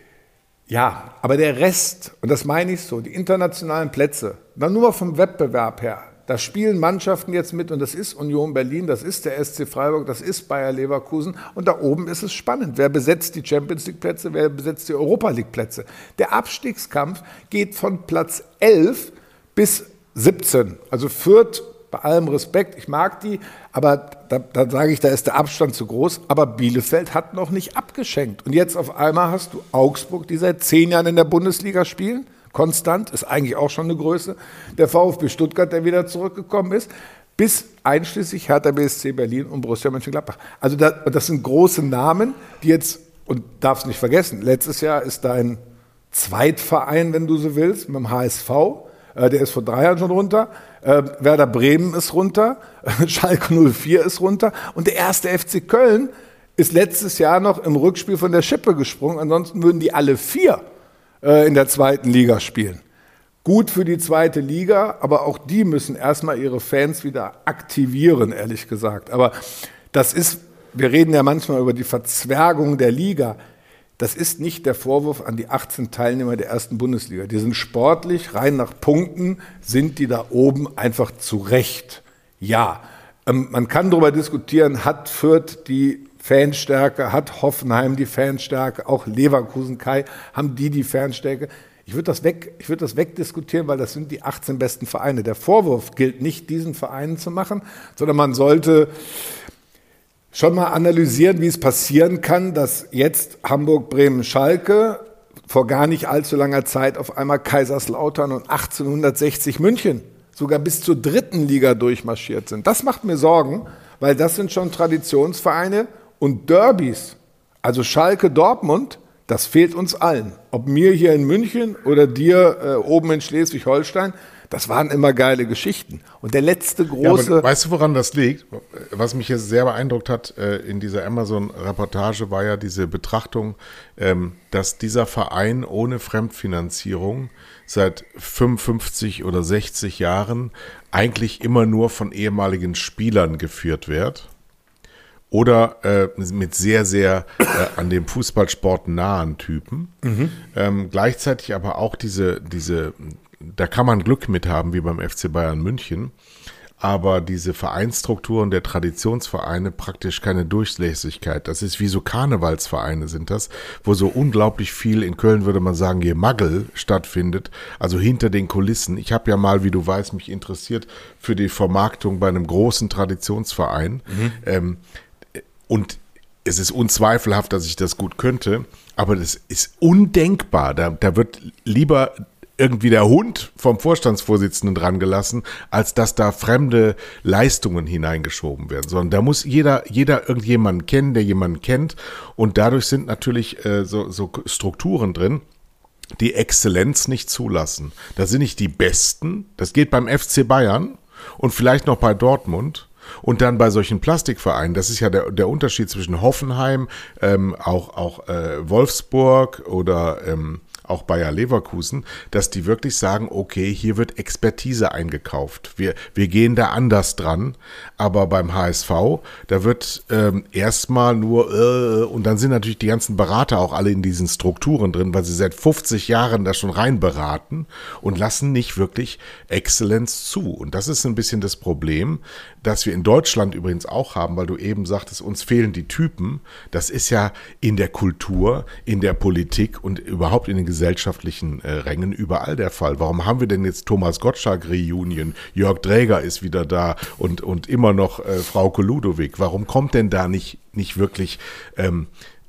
ja, aber der Rest, und das meine ich so, die internationalen Plätze, dann nur vom Wettbewerb her, da spielen Mannschaften jetzt mit und das ist Union Berlin, das ist der S C Freiburg, das ist Bayer Leverkusen und da oben ist es spannend. Wer besetzt die Champions League Plätze, wer besetzt die Europa League Plätze? Der Abstiegskampf geht von Platz elf bis siebzehn. Also Fürth bei allem Respekt, ich mag die, aber da, da sage ich, da ist der Abstand zu groß. Aber Bielefeld hat noch nicht abgeschenkt. Und jetzt auf einmal hast du Augsburg, die seit zehn Jahren in der Bundesliga spielen. Konstant, ist eigentlich auch schon eine Größe. Der VfB Stuttgart, der wieder zurückgekommen ist, bis einschließlich Hertha B S C Berlin und Borussia Mönchengladbach. Also das, das sind große Namen, die jetzt, und darfst nicht vergessen, letztes Jahr ist dein Zweitverein, wenn du so willst, mit dem H S V, äh, der ist vor drei Jahren schon runter, äh, Werder Bremen ist runter, Schalke null vier ist runter und der erste F C Köln ist letztes Jahr noch im Rückspiel von der Schippe gesprungen, ansonsten würden die alle vier äh, in der zweiten Liga spielen. Gut für die zweite Liga, aber auch die müssen erstmal ihre Fans wieder aktivieren, ehrlich gesagt. Aber das ist, wir reden ja manchmal über die Verzwergung der Liga. Das ist nicht der Vorwurf an die achtzehn Teilnehmer der ersten Bundesliga. Die sind sportlich, rein nach Punkten, sind die da oben einfach zu Recht. Ja, ähm, man kann darüber diskutieren, hat Fürth die Fanstärke, hat Hoffenheim die Fanstärke, auch Leverkusen, Kai, haben die die Fanstärke. Ich würde das weg, ich würde das wegdiskutieren, weil das sind die achtzehn besten Vereine. Der Vorwurf gilt nicht, diesen Vereinen zu machen, sondern man sollte schon mal analysieren, wie es passieren kann, dass jetzt Hamburg, Bremen, Schalke vor gar nicht allzu langer Zeit auf einmal Kaiserslautern und achtzehnhundertsechzig München sogar bis zur dritten Liga durchmarschiert sind. Das macht mir Sorgen, weil das sind schon Traditionsvereine und Derbys, also Schalke, Dortmund, das fehlt uns allen. Ob mir hier in München oder dir äh, oben in Schleswig-Holstein, das waren immer geile Geschichten. Und der letzte große... Ja, aber weißt du, woran das liegt? Was mich jetzt sehr beeindruckt hat äh, in dieser Amazon-Reportage war ja diese Betrachtung, ähm, dass dieser Verein ohne Fremdfinanzierung seit fünfundfünfzig oder sechzig Jahren eigentlich immer nur von ehemaligen Spielern geführt wird. Oder äh, mit sehr, sehr äh, an dem Fußballsport nahen Typen. Mhm. Ähm, gleichzeitig aber auch diese, diese, da kann man Glück mit haben, wie beim F C Bayern München, aber diese Vereinsstrukturen der Traditionsvereine praktisch keine Durchlässigkeit. Das ist wie so Karnevalsvereine sind das, wo so unglaublich viel, in Köln würde man sagen, Gemaggel stattfindet, also hinter den Kulissen. Ich habe ja mal, wie du weißt, mich interessiert für die Vermarktung bei einem großen Traditionsverein. Mhm. Ähm, Und es ist unzweifelhaft, dass ich das gut könnte, aber das ist undenkbar. Da, da wird lieber irgendwie der Hund vom Vorstandsvorsitzenden dran gelassen, als dass da fremde Leistungen hineingeschoben werden. Sondern da muss jeder, jeder irgendjemanden kennen, der jemanden kennt. Und dadurch sind natürlich äh, so, so Strukturen drin, die Exzellenz nicht zulassen. Da sind nicht die Besten. Das geht beim F C Bayern und vielleicht noch bei Dortmund. Und dann bei solchen Plastikvereinen, das ist ja der, der Unterschied zwischen Hoffenheim, ähm, auch, auch äh, Wolfsburg oder ähm, auch Bayer Leverkusen, dass die wirklich sagen, okay, hier wird Expertise eingekauft. Wir, wir gehen da anders dran, aber beim H S V, da wird ähm, erstmal nur, äh, und dann sind natürlich die ganzen Berater auch alle in diesen Strukturen drin, weil sie seit fünfzig Jahren da schon rein beraten und lassen nicht wirklich Exzellenz zu. Und das ist ein bisschen das Problem, das wir in Deutschland übrigens auch haben, weil du eben sagtest, uns fehlen die Typen. Das ist ja in der Kultur, in der Politik und überhaupt in den gesellschaftlichen äh, Rängen überall der Fall. Warum haben wir denn jetzt Thomas Gottschalk-Reunion? Jörg Dräger ist wieder da und, und immer noch äh, Frauke Ludowig. Warum kommt denn da nicht, nicht wirklich ähm,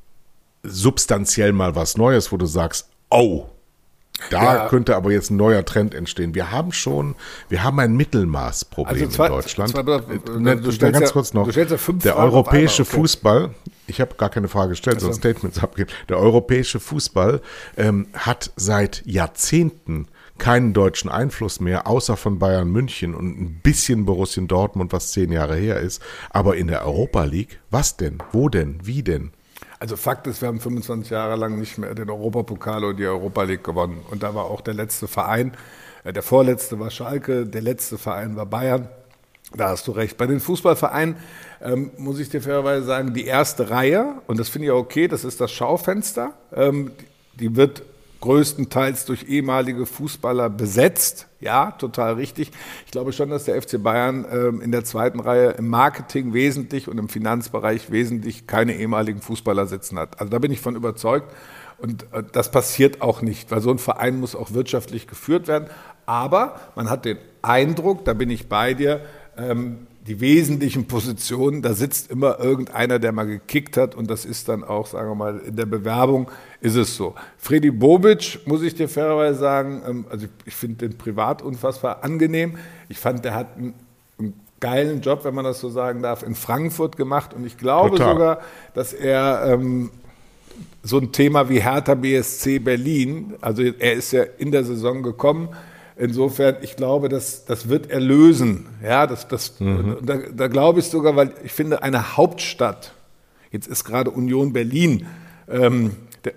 substanziell mal was Neues, wo du sagst, oh, da ja. könnte aber jetzt ein neuer Trend entstehen. Wir haben schon, wir haben ein Mittelmaßproblem also zwei, in Deutschland. Zwei, zwei, ne, du stellst ganz ja, kurz noch, ja der europäische okay. Fußball, ich habe gar keine Frage gestellt, also. sonst Statements abgeben. Der europäische Fußball ähm, hat seit Jahrzehnten keinen deutschen Einfluss mehr, außer von Bayern München und ein bisschen Borussia Dortmund, was zehn Jahre her ist. Aber in der Europa League, was denn? Wo denn? Wie denn? Also Fakt ist, wir haben fünfundzwanzig Jahre lang nicht mehr den Europapokal und die Europa League gewonnen. Und da war auch der letzte Verein, der vorletzte war Schalke, der letzte Verein war Bayern. Da hast du recht. Bei den Fußballvereinen ähm, muss ich dir fairerweise sagen, die erste Reihe, und das finde ich auch okay, das ist das Schaufenster, ähm, die wird größtenteils durch ehemalige Fußballer besetzt. Ja, total richtig. Ich glaube schon, dass der F C Bayern ähm, in der zweiten Reihe im Marketing wesentlich und im Finanzbereich wesentlich keine ehemaligen Fußballer sitzen hat. Also da bin ich von überzeugt. Und äh, das passiert auch nicht, weil so ein Verein muss auch wirtschaftlich geführt werden. Aber man hat den Eindruck, da bin ich bei dir, ähm, die wesentlichen Positionen, da sitzt immer irgendeiner, der mal gekickt hat und das ist dann auch, sagen wir mal, in der Bewerbung ist es so. Fredi Bobic, muss ich dir fairerweise sagen, ähm, also ich, ich finde den privat unfassbar angenehm. Ich fand, der hat einen, einen geilen Job, wenn man das so sagen darf, in Frankfurt gemacht und ich glaube Total. sogar, dass er ähm, so ein Thema wie Hertha B S C Berlin, also er ist ja in der Saison gekommen, insofern, ich glaube, das, das wird er lösen. Ja, das, das, mhm. da, da glaube ich sogar, weil ich finde, eine Hauptstadt, jetzt ist gerade Union Berlin, ähm, der,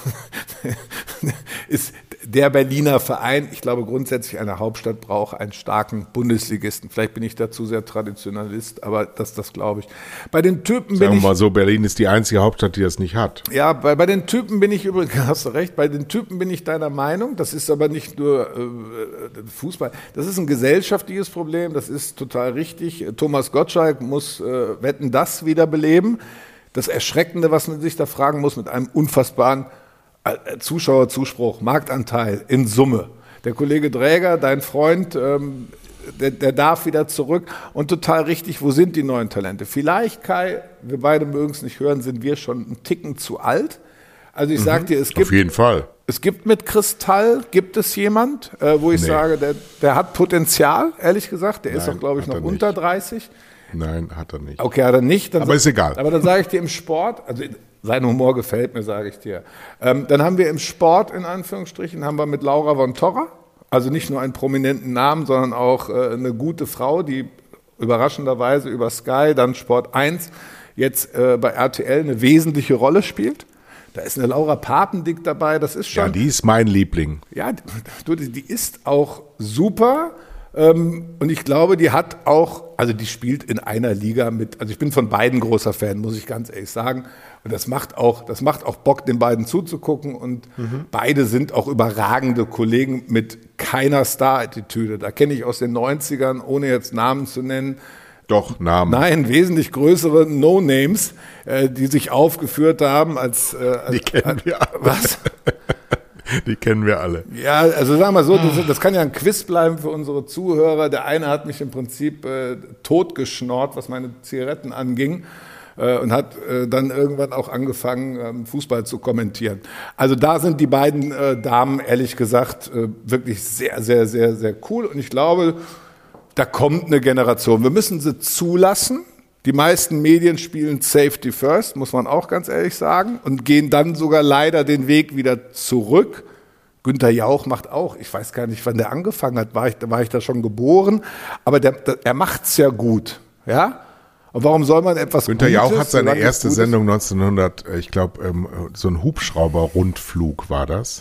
ist der Berliner Verein. Ich glaube grundsätzlich, eine Hauptstadt braucht einen starken Bundesligisten. Vielleicht bin ich da zu sehr Traditionalist, aber das, das glaube ich. Bei den Typen Sagen bin wir ich... mal so, Berlin ist die einzige Hauptstadt, die das nicht hat. Ja, bei, bei den Typen bin ich übrigens, hast du recht, bei den Typen bin ich deiner Meinung. Das ist aber nicht nur äh, Fußball. Das ist ein gesellschaftliches Problem, das ist total richtig. Thomas Gottschalk muss äh, Wetten, das wieder beleben. Das Erschreckende, was man sich da fragen muss, mit einem unfassbaren Zuschauerzuspruch, Marktanteil in Summe. Der Kollege Dräger, dein Freund, ähm, der, der darf wieder zurück. Und total richtig, wo sind die neuen Talente? Vielleicht, Kai, wir beide mögen es nicht hören, sind wir schon einen Ticken zu alt. Also ich mhm. sag dir, es gibt... Auf jeden Fall. Es gibt mit Kristall, gibt es jemand, äh, wo ich nee. sage, der, der hat Potenzial, ehrlich gesagt. Der Nein, ist auch, glaube ich, noch unter dreißig. Nein, hat er nicht. Okay, hat er nicht. Dann aber ist egal. Aber dann sage ich dir im Sport, also sein Humor gefällt mir, sage ich dir. Ähm, dann haben wir im Sport, in Anführungsstrichen, haben wir mit Laura von Torra, also nicht nur einen prominenten Namen, sondern auch äh, eine gute Frau, die überraschenderweise über Sky, dann Sport eins, jetzt äh, bei R T L eine wesentliche Rolle spielt. Da ist eine Laura Papendick dabei, das ist schon... Ja, die ist mein Liebling. Ja, die, die ist auch super. Und ich glaube, die hat auch, also die spielt in einer Liga mit, also ich bin von beiden großer Fan, muss ich ganz ehrlich sagen. Und das macht auch, das macht auch Bock, den beiden zuzugucken. Und mhm. beide sind auch überragende Kollegen mit keiner Star-Attitüde. Da kenne ich aus den neunzigern, ohne jetzt Namen zu nennen. Doch, Namen. Nein, wesentlich größere No-Names, äh, die sich aufgeführt haben als... Äh, als die kennen wir alle. Was? Die kennen wir alle. Ja, also sagen wir mal so, das, das kann ja ein Quiz bleiben für unsere Zuhörer. Der eine hat mich im Prinzip äh, totgeschnort, was meine Zigaretten anging, äh, und hat äh, dann irgendwann auch angefangen, ähm, Fußball zu kommentieren. Also da sind die beiden äh, Damen, ehrlich gesagt, äh, wirklich sehr, sehr, sehr, sehr cool. Und ich glaube, da kommt eine Generation. Wir müssen sie zulassen. Die meisten Medien spielen Safety First, muss man auch ganz ehrlich sagen, und gehen dann sogar leider den Weg wieder zurück. Günther Jauch macht auch, ich weiß gar nicht, wann der angefangen hat, war ich, war ich da schon geboren, aber der, der, er macht's ja gut, ja? Und warum soll man etwas Günther Gutes, Jauch hat seine erste Gutes? Sendung neunzehnhundert, ich glaube, ähm, so ein Hubschrauber-Rundflug war das.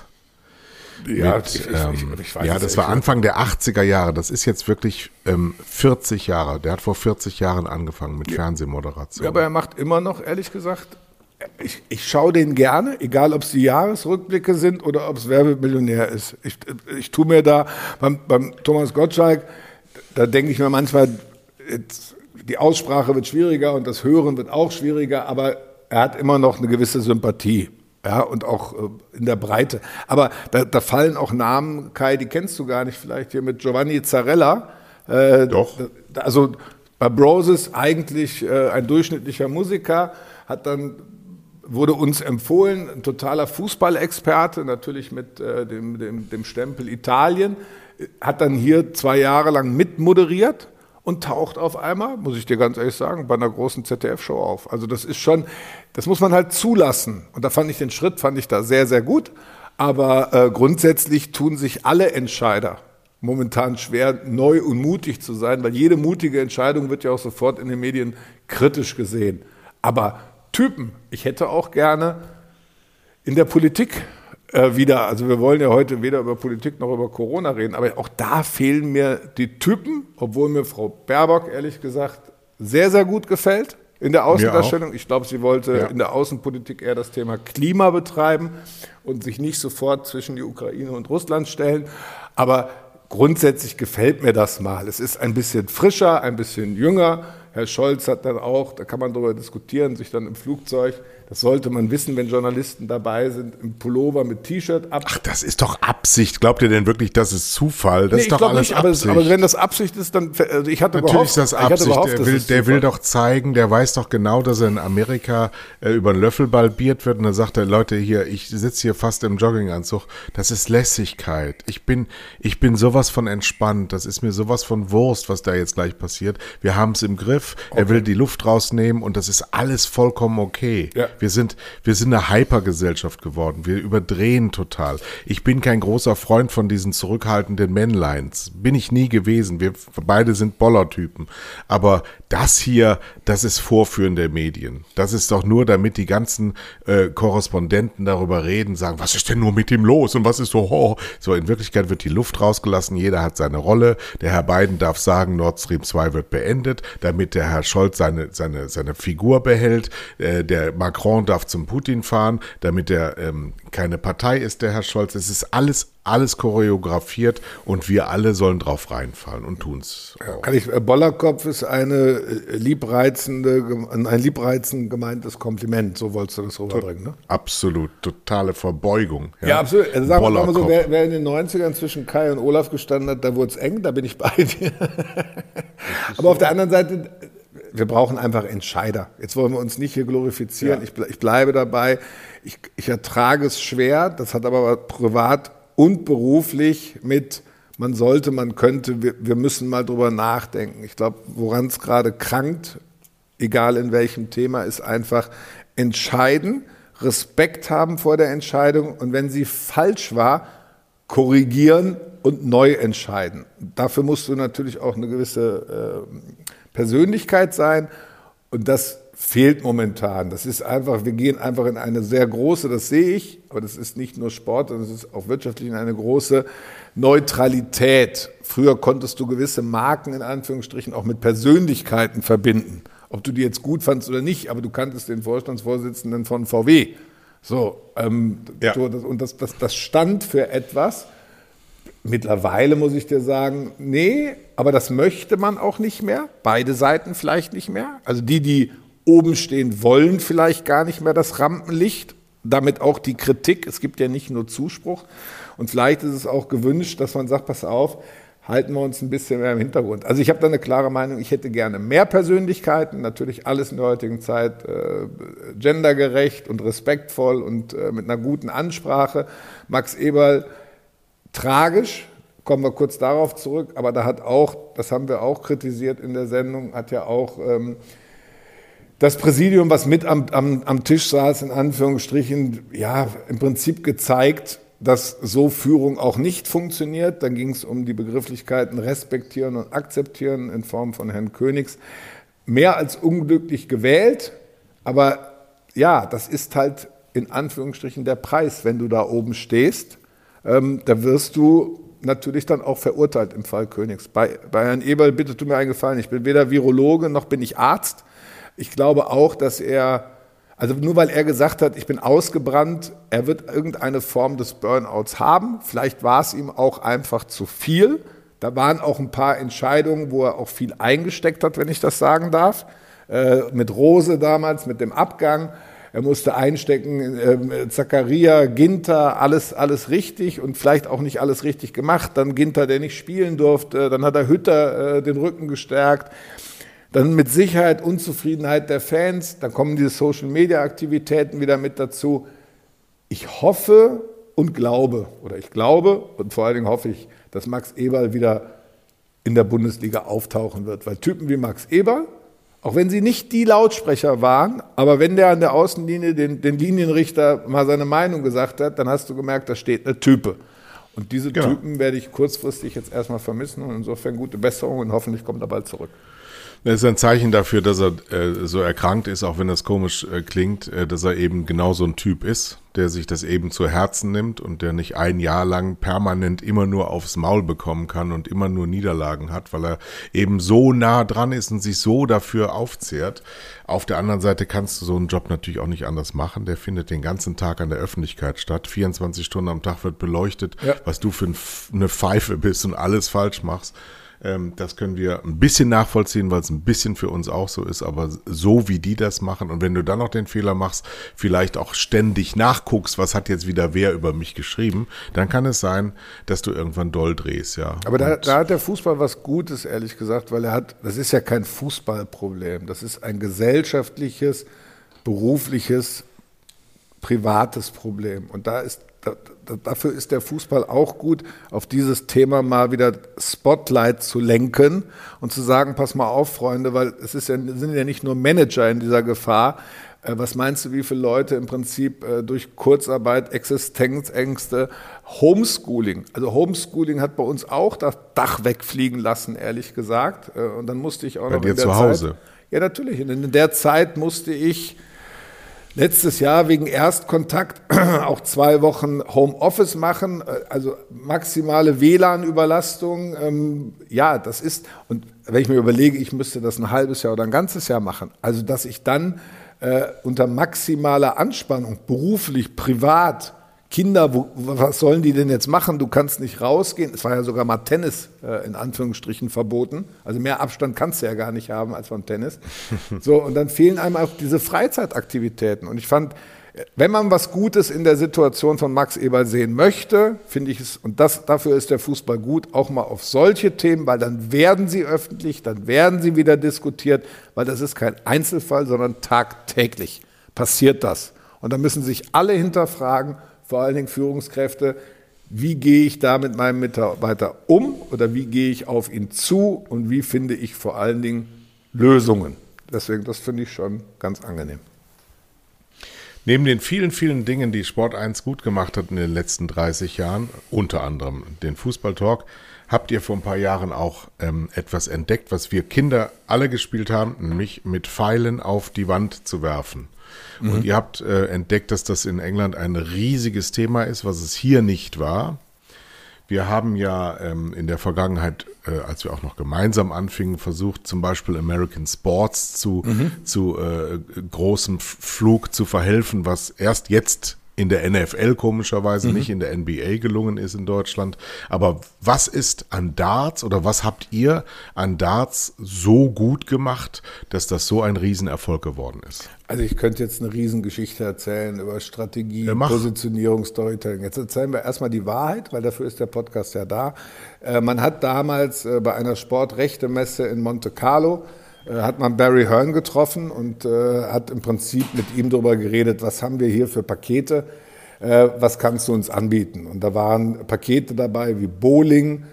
Ja, mit, ich, ich, ähm, ich, ich weiß ja, es das war Anfang der achtziger Jahre. Das ist jetzt wirklich ähm, vierzig Jahre. Der hat vor vierzig Jahren angefangen mit ja. Fernsehmoderation. Ja, aber er macht immer noch, ehrlich gesagt, ich, ich schaue den gerne, egal ob es die Jahresrückblicke sind oder ob es Werbemillionär ist. Ich, ich tue mir da beim, beim Thomas Gottschalk, da denke ich mir manchmal, jetzt, die Aussprache wird schwieriger und das Hören wird auch schwieriger, aber er hat immer noch eine gewisse Sympathie. Ja, und auch äh, in der Breite. Aber da, da fallen auch Namen, Kai, die kennst du gar nicht, vielleicht hier mit Giovanni Zarella. Äh, Doch. Da, also bei Broses eigentlich äh, ein durchschnittlicher Musiker, hat dann, wurde uns empfohlen, ein totaler Fußballexperte, natürlich mit äh, dem, dem, dem Stempel Italien, hat dann hier zwei Jahre lang mitmoderiert und taucht auf einmal, muss ich dir ganz ehrlich sagen, bei einer großen Z D F-Show auf. Also das ist schon, das muss man halt zulassen. Und da fand ich den Schritt, fand ich da sehr, sehr gut. Aber äh, grundsätzlich tun sich alle Entscheider momentan schwer, neu und mutig zu sein, weil jede mutige Entscheidung wird ja auch sofort in den Medien kritisch gesehen. Aber Typen, ich hätte auch gerne in der Politik äh, wieder, also wir wollen ja heute weder über Politik noch über Corona reden, aber auch da fehlen mir die Typen, obwohl mir Frau Baerbock ehrlich gesagt sehr, sehr gut gefällt in der Außendarstellung. Ich glaube, sie wollte ja. in der Außenpolitik eher das Thema Klima betreiben und sich nicht sofort zwischen die Ukraine und Russland stellen. Aber grundsätzlich gefällt mir das mal. Es ist ein bisschen frischer, ein bisschen jünger. Herr Scholz hat dann auch, da kann man darüber diskutieren, sich dann im Flugzeug, das sollte man wissen, wenn Journalisten dabei sind, im Pullover mit T-Shirt ab. Ach, das ist doch Absicht. Glaubt ihr denn wirklich, das ist Zufall? Das nee, ist doch alles nicht, Absicht. Aber, aber wenn das Absicht ist, dann, also ich hatte Natürlich gehofft, ist das ich hatte Absicht. gehofft, der das will, ist der will Zufall. doch zeigen, der weiß doch genau, dass er in Amerika äh, über einen Löffel balbiert wird und dann sagt er, Leute, hier, ich sitze hier fast im Jogginganzug. Das ist Lässigkeit. Ich bin, ich bin sowas von entspannt. Das ist mir sowas von Wurst, was da jetzt gleich passiert. Wir haben es im Griff. Okay. Er will die Luft rausnehmen und das ist alles vollkommen okay. Ja. Wir sind, wir sind eine Hypergesellschaft geworden. Wir überdrehen total. Ich bin kein großer Freund von diesen zurückhaltenden Männleins. Bin ich nie gewesen. Wir beide sind Bollertypen. Aber das hier, das ist Vorführen der Medien. Das ist doch nur, damit die ganzen äh, Korrespondenten darüber reden, sagen, was ist denn nur mit ihm los und was ist so, oh. So, in Wirklichkeit wird die Luft rausgelassen. Jeder hat seine Rolle. Der Herr Biden darf sagen, Nord Stream zwei wird beendet, damit der Herr Scholz seine, seine, seine Figur behält. Äh, der Macron darf zum Putin fahren, damit er ähm, keine Partei ist, der Herr Scholz. Es ist alles, alles choreografiert und wir alle sollen drauf reinfallen und tun's. Ja, kann ich, Bollerkopf ist eine liebreizende, ein liebreizend gemeintes Kompliment, so wolltest du das rüberbringen, ne? Absolut, totale Verbeugung. Ja, ja absolut. Also sagen wir mal so, wer, wer in den neunzigern zwischen Kai und Olaf gestanden hat, da wurde es eng, da bin ich bei dir. Aber auf der anderen Seite, wir brauchen einfach Entscheider. Jetzt wollen wir uns nicht hier glorifizieren. Ja. Ich, ich bleibe dabei. Ich, ich ertrage es schwer. Das hat aber privat und beruflich mit, man sollte, man könnte, wir, wir müssen mal drüber nachdenken. Ich glaube, woran es gerade krankt, egal in welchem Thema, ist einfach entscheiden, Respekt haben vor der Entscheidung und wenn sie falsch war, korrigieren und neu entscheiden. Dafür musst du natürlich auch eine gewisse äh, Persönlichkeit sein und das fehlt momentan. Das ist einfach, wir gehen einfach in eine sehr große, das sehe ich, aber das ist nicht nur Sport, das ist auch wirtschaftlich in eine große Neutralität. Früher konntest du gewisse Marken in Anführungsstrichen auch mit Persönlichkeiten verbinden. Ob du die jetzt gut fandst oder nicht, aber du kanntest den Vorstandsvorsitzenden von V W. So, ähm, ja. so das, und das, das, das stand für etwas. Mittlerweile muss ich dir sagen, nee, aber das möchte man auch nicht mehr. Beide Seiten vielleicht nicht mehr. Also die, die oben stehen, wollen vielleicht gar nicht mehr das Rampenlicht. Damit auch die Kritik. Es gibt ja nicht nur Zuspruch. Und vielleicht ist es auch gewünscht, dass man sagt, pass auf, halten wir uns ein bisschen mehr im Hintergrund. Also ich habe da eine klare Meinung, ich hätte gerne mehr Persönlichkeiten, natürlich alles in der heutigen Zeit äh, gendergerecht und respektvoll und äh, mit einer guten Ansprache. Max Eberl, tragisch, kommen wir kurz darauf zurück, aber da hat auch, das haben wir auch kritisiert in der Sendung, hat ja auch ähm, das Präsidium, was mit am, am, am Tisch saß, in Anführungsstrichen, ja, im Prinzip gezeigt, dass so Führung auch nicht funktioniert. Dann ging es um die Begrifflichkeiten respektieren und akzeptieren in Form von Herrn Königs. Mehr als unglücklich gewählt, aber ja, das ist halt in Anführungsstrichen der Preis, wenn du da oben stehst. Ähm, da wirst du natürlich dann auch verurteilt im Fall Königs. Bei, bei Herrn Eberl, bitte tu mir einen Gefallen, ich bin weder Virologe noch bin ich Arzt. Ich glaube auch, dass er, also nur weil er gesagt hat, ich bin ausgebrannt, er wird irgendeine Form des Burnouts haben. Vielleicht war es ihm auch einfach zu viel. Da waren auch ein paar Entscheidungen, wo er auch viel eingesteckt hat, wenn ich das sagen darf. Äh, mit Rose damals, mit dem Abgang. Er musste einstecken, äh, Zakaria, Ginter, alles, alles richtig und vielleicht auch nicht alles richtig gemacht. Dann Ginter, der nicht spielen durfte. Dann hat er Hütter äh, den Rücken gestärkt. Dann mit Sicherheit Unzufriedenheit der Fans. Dann kommen diese Social-Media-Aktivitäten wieder mit dazu. Ich hoffe und glaube, oder ich glaube und vor allen Dingen hoffe ich, dass Max Eberl wieder in der Bundesliga auftauchen wird. Weil Typen wie Max Eberl, auch wenn sie nicht die Lautsprecher waren, aber wenn der an der Außenlinie den, den Linienrichter mal seine Meinung gesagt hat, dann hast du gemerkt, da steht eine Type. Und diese genau. Typen werde ich kurzfristig jetzt erstmal vermissen und insofern gute Besserung und hoffentlich kommt er bald zurück. Das ist ein Zeichen dafür, dass er äh, so erkrankt ist, auch wenn das komisch äh, klingt, äh, dass er eben genau so ein Typ ist, der sich das eben zu Herzen nimmt und der nicht ein Jahr lang permanent immer nur aufs Maul bekommen kann und immer nur Niederlagen hat, weil er eben so nah dran ist und sich so dafür aufzehrt. Auf der anderen Seite kannst du so einen Job natürlich auch nicht anders machen. Der findet den ganzen Tag an der Öffentlichkeit statt. vierundzwanzig Stunden am Tag wird beleuchtet, ja. was du für eine Pfeife bist und alles falsch machst. Ähm, das können wir ein bisschen nachvollziehen, weil es ein bisschen für uns auch so ist, aber so wie die das machen und wenn du dann noch den Fehler machst, vielleicht auch ständig nachguckst, was hat jetzt wieder wer über mich geschrieben, dann kann es sein, dass du irgendwann doll drehst, ja. Aber da, da hat der Fußball was Gutes, ehrlich gesagt, weil er hat, das ist ja kein Fußballproblem, das ist ein gesellschaftliches, berufliches, privates Problem. Und da ist, da, da, dafür ist der Fußball auch gut, auf dieses Thema mal wieder Spotlight zu lenken und zu sagen, pass mal auf, Freunde, weil es ist ja, sind ja nicht nur Manager in dieser Gefahr. Äh, was meinst du, wie viele Leute im Prinzip äh, durch Kurzarbeit, Existenzängste, Homeschooling, also Homeschooling hat bei uns auch das Dach wegfliegen lassen, ehrlich gesagt. Äh, und dann musste ich auch bei noch dir in der zu Hause. Zeit, ja, natürlich. Und in der Zeit musste ich letztes Jahr wegen Erstkontakt auch zwei Wochen Homeoffice machen, also maximale W L A N-Überlastung. Ähm, ja, das ist, und wenn ich mir überlege, ich müsste das ein halbes Jahr oder ein ganzes Jahr machen, also dass ich dann äh, unter maximaler Anspannung, beruflich, privat, Kinder, wo, was sollen die denn jetzt machen? Du kannst nicht rausgehen. Es war ja sogar mal Tennis äh, in Anführungsstrichen verboten. Also mehr Abstand kannst du ja gar nicht haben als beim Tennis. So, und dann fehlen einem auch diese Freizeitaktivitäten. Und ich fand, wenn man was Gutes in der Situation von Max Eberl sehen möchte, finde ich es, und das, dafür ist der Fußball gut, auch mal auf solche Themen, weil dann werden sie öffentlich, dann werden sie wieder diskutiert, weil das ist kein Einzelfall, sondern tagtäglich passiert das. Und da müssen sich alle hinterfragen, vor allen Dingen Führungskräfte, wie gehe ich da mit meinem Mitarbeiter um oder wie gehe ich auf ihn zu und wie finde ich vor allen Dingen Lösungen. Deswegen, das finde ich schon ganz angenehm. Neben den vielen, vielen Dingen, die Sport eins gut gemacht hat in den letzten dreißig Jahren, unter anderem den Fußballtalk, habt ihr vor ein paar Jahren auch ähm, etwas entdeckt, was wir Kinder alle gespielt haben, nämlich mit Pfeilen auf die Wand zu werfen. Mhm. Und ihr habt äh, entdeckt, dass das in England ein riesiges Thema ist, was es hier nicht war. Wir haben ja ähm, in der Vergangenheit, äh, als wir auch noch gemeinsam anfingen, versucht, zum Beispiel American Sports zu, mhm. zu äh, großem Flug zu verhelfen, was erst jetzt in der N F L komischerweise, mhm. nicht in der N B A gelungen ist in Deutschland. Aber was ist an Darts oder was habt ihr an Darts so gut gemacht, dass das so ein Riesenerfolg geworden ist? Also ich könnte jetzt eine Riesengeschichte erzählen über Strategie, ja, Positionierung, Storytelling. Jetzt erzählen wir erstmal die Wahrheit, weil dafür ist der Podcast ja da. Äh, man hat damals äh, bei einer Sportrechte-Messe in Monte Carlo hat man Barry Hearn getroffen und äh, hat im Prinzip mit ihm darüber geredet, was haben wir hier für Pakete, äh, was kannst du uns anbieten? Und da waren Pakete dabei wie Bowling,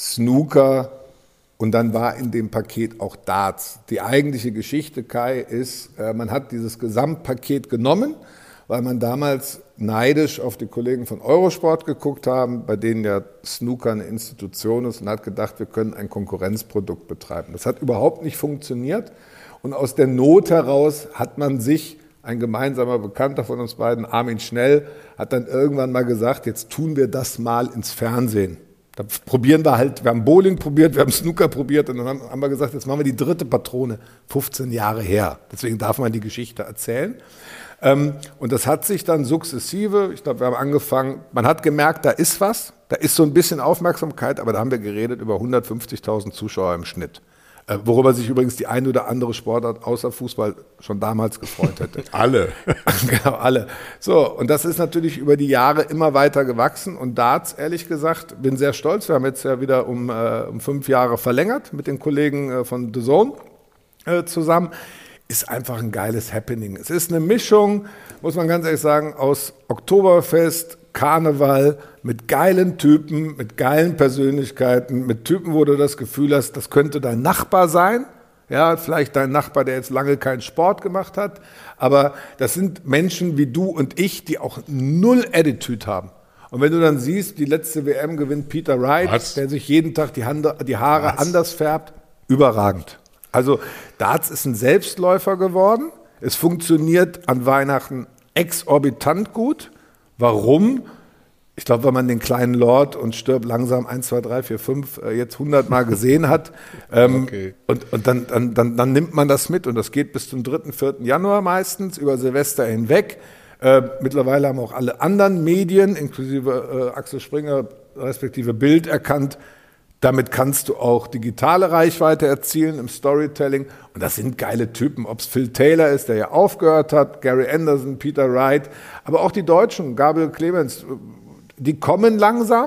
Snooker und dann war in dem Paket auch Darts. Die eigentliche Geschichte, Kai, ist, äh, man hat dieses Gesamtpaket genommen, weil man damals neidisch auf die Kollegen von Eurosport geguckt haben, bei denen ja Snooker eine Institution ist und hat gedacht, wir können ein Konkurrenzprodukt betreiben. Das hat überhaupt nicht funktioniert und aus der Not heraus hat man sich, ein gemeinsamer Bekannter von uns beiden, Armin Schnell, hat dann irgendwann mal gesagt, jetzt tun wir das mal ins Fernsehen. Da probieren wir halt, wir haben Bowling probiert, wir haben Snooker probiert und dann haben, haben wir gesagt, jetzt machen wir die dritte Patrone, fünfzehn Jahre her. Deswegen darf man die Geschichte erzählen. Ähm, und das hat sich dann sukzessive, ich glaube, wir haben angefangen, man hat gemerkt, da ist was, da ist so ein bisschen Aufmerksamkeit, aber da haben wir geredet über hundertfünfzigtausend Zuschauer im Schnitt. Äh, worüber sich übrigens die eine oder andere Sportart außer Fußball schon damals gefreut hätte. Alle. Genau, alle. So, und das ist natürlich über die Jahre immer weiter gewachsen und Darts, ehrlich gesagt, bin sehr stolz. Wir haben jetzt ja wieder um, äh, um fünf Jahre verlängert mit den Kollegen äh, von The Zone äh, zusammen. Ist einfach ein geiles Happening. Es ist eine Mischung, muss man ganz ehrlich sagen, aus Oktoberfest, Karneval, mit geilen Typen, mit geilen Persönlichkeiten, mit Typen, wo du das Gefühl hast, das könnte dein Nachbar sein. Ja, vielleicht dein Nachbar, der jetzt lange keinen Sport gemacht hat. Aber das sind Menschen wie du und ich, die auch null Attitude haben. Und wenn du dann siehst, die letzte W M gewinnt Peter Wright, Was? der sich jeden Tag die, Hand, die Haare Was? anders färbt, überragend. Also Darts ist ein Selbstläufer geworden. Es funktioniert an Weihnachten exorbitant gut. Warum? Ich glaube, wenn man den kleinen Lord und stirbt langsam eins, zwei, drei, vier, fünf jetzt hundert Mal gesehen hat ähm, okay. und, und dann, dann, dann, dann nimmt man das mit und das geht bis zum dritten, vierten Januar meistens über Silvester hinweg. Äh, mittlerweile haben auch alle anderen Medien, inklusive äh, Axel Springer, respektive Bild, erkannt, Damit kannst du auch digitale Reichweite erzielen im Storytelling. Und das sind geile Typen, ob es Phil Taylor ist, der ja aufgehört hat, Gary Anderson, Peter Wright, aber auch die Deutschen, Gabriel Clemens, die kommen langsam.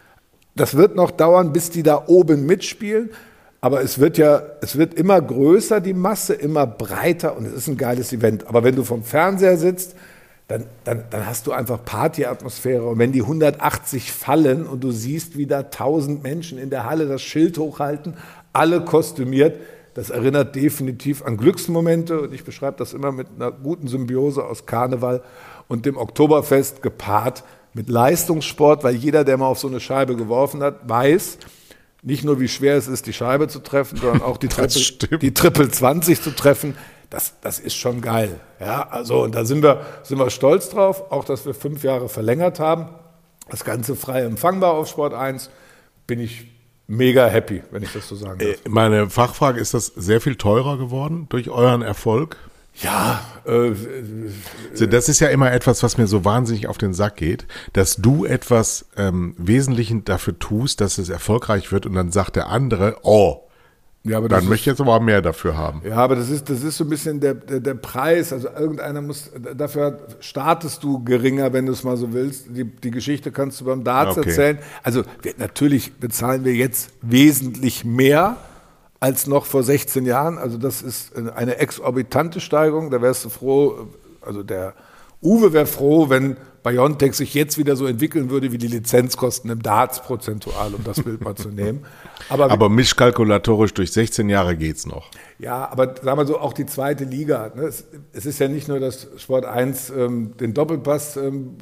Das wird noch dauern, bis die da oben mitspielen. Aber es wird ja, es wird immer größer, die Masse, immer breiter und es ist ein geiles Event. Aber wenn du vom Fernseher sitzt, Dann, dann, dann hast du einfach Partyatmosphäre. Und wenn die hundertachtzig fallen und du siehst, wie da tausend Menschen in der Halle das Schild hochhalten, alle kostümiert, das erinnert definitiv an Glücksmomente. Und ich beschreibe das immer mit einer guten Symbiose aus Karneval und dem Oktoberfest gepaart mit Leistungssport, weil jeder, der mal auf so eine Scheibe geworfen hat, weiß, nicht nur wie schwer es ist, die Scheibe zu treffen, sondern auch die Triple, die Triple zwanzig zu treffen. Das, das ist schon geil. Ja, also, und da sind wir, sind wir stolz drauf, auch dass wir fünf Jahre verlängert haben. Das Ganze frei empfangbar auf Sport eins. Bin ich mega happy, wenn ich das so sagen darf. Meine Fachfrage, ist das sehr viel teurer geworden durch euren Erfolg? Ja. Äh, also das ist ja immer etwas, was mir so wahnsinnig auf den Sack geht, dass du etwas ähm, Wesentliches dafür tust, dass es erfolgreich wird und dann sagt der andere, oh, ja, aber dann möchte ich jetzt aber mehr dafür haben. Ja, aber das ist, das ist so ein bisschen der, der, der Preis. Also irgendeiner muss, dafür startest du geringer, wenn du es mal so willst. Die, die Geschichte kannst du beim Darts okay. erzählen. Also wir, natürlich bezahlen wir jetzt wesentlich mehr als noch vor sechzehn Jahren. Also das ist eine exorbitante Steigerung. Da wärst du froh, also der Uwe wäre froh, wenn BioNTech sich jetzt wieder so entwickeln würde wie die Lizenzkosten im Darts prozentual, um das Bild mal zu nehmen. Aber, aber mischkalkulatorisch durch sechzehn Jahre geht's noch. Ja, aber sagen wir so, auch die zweite Liga. Ne? Es, es ist ja nicht nur, dass Sport eins ähm, den Doppelpass ähm,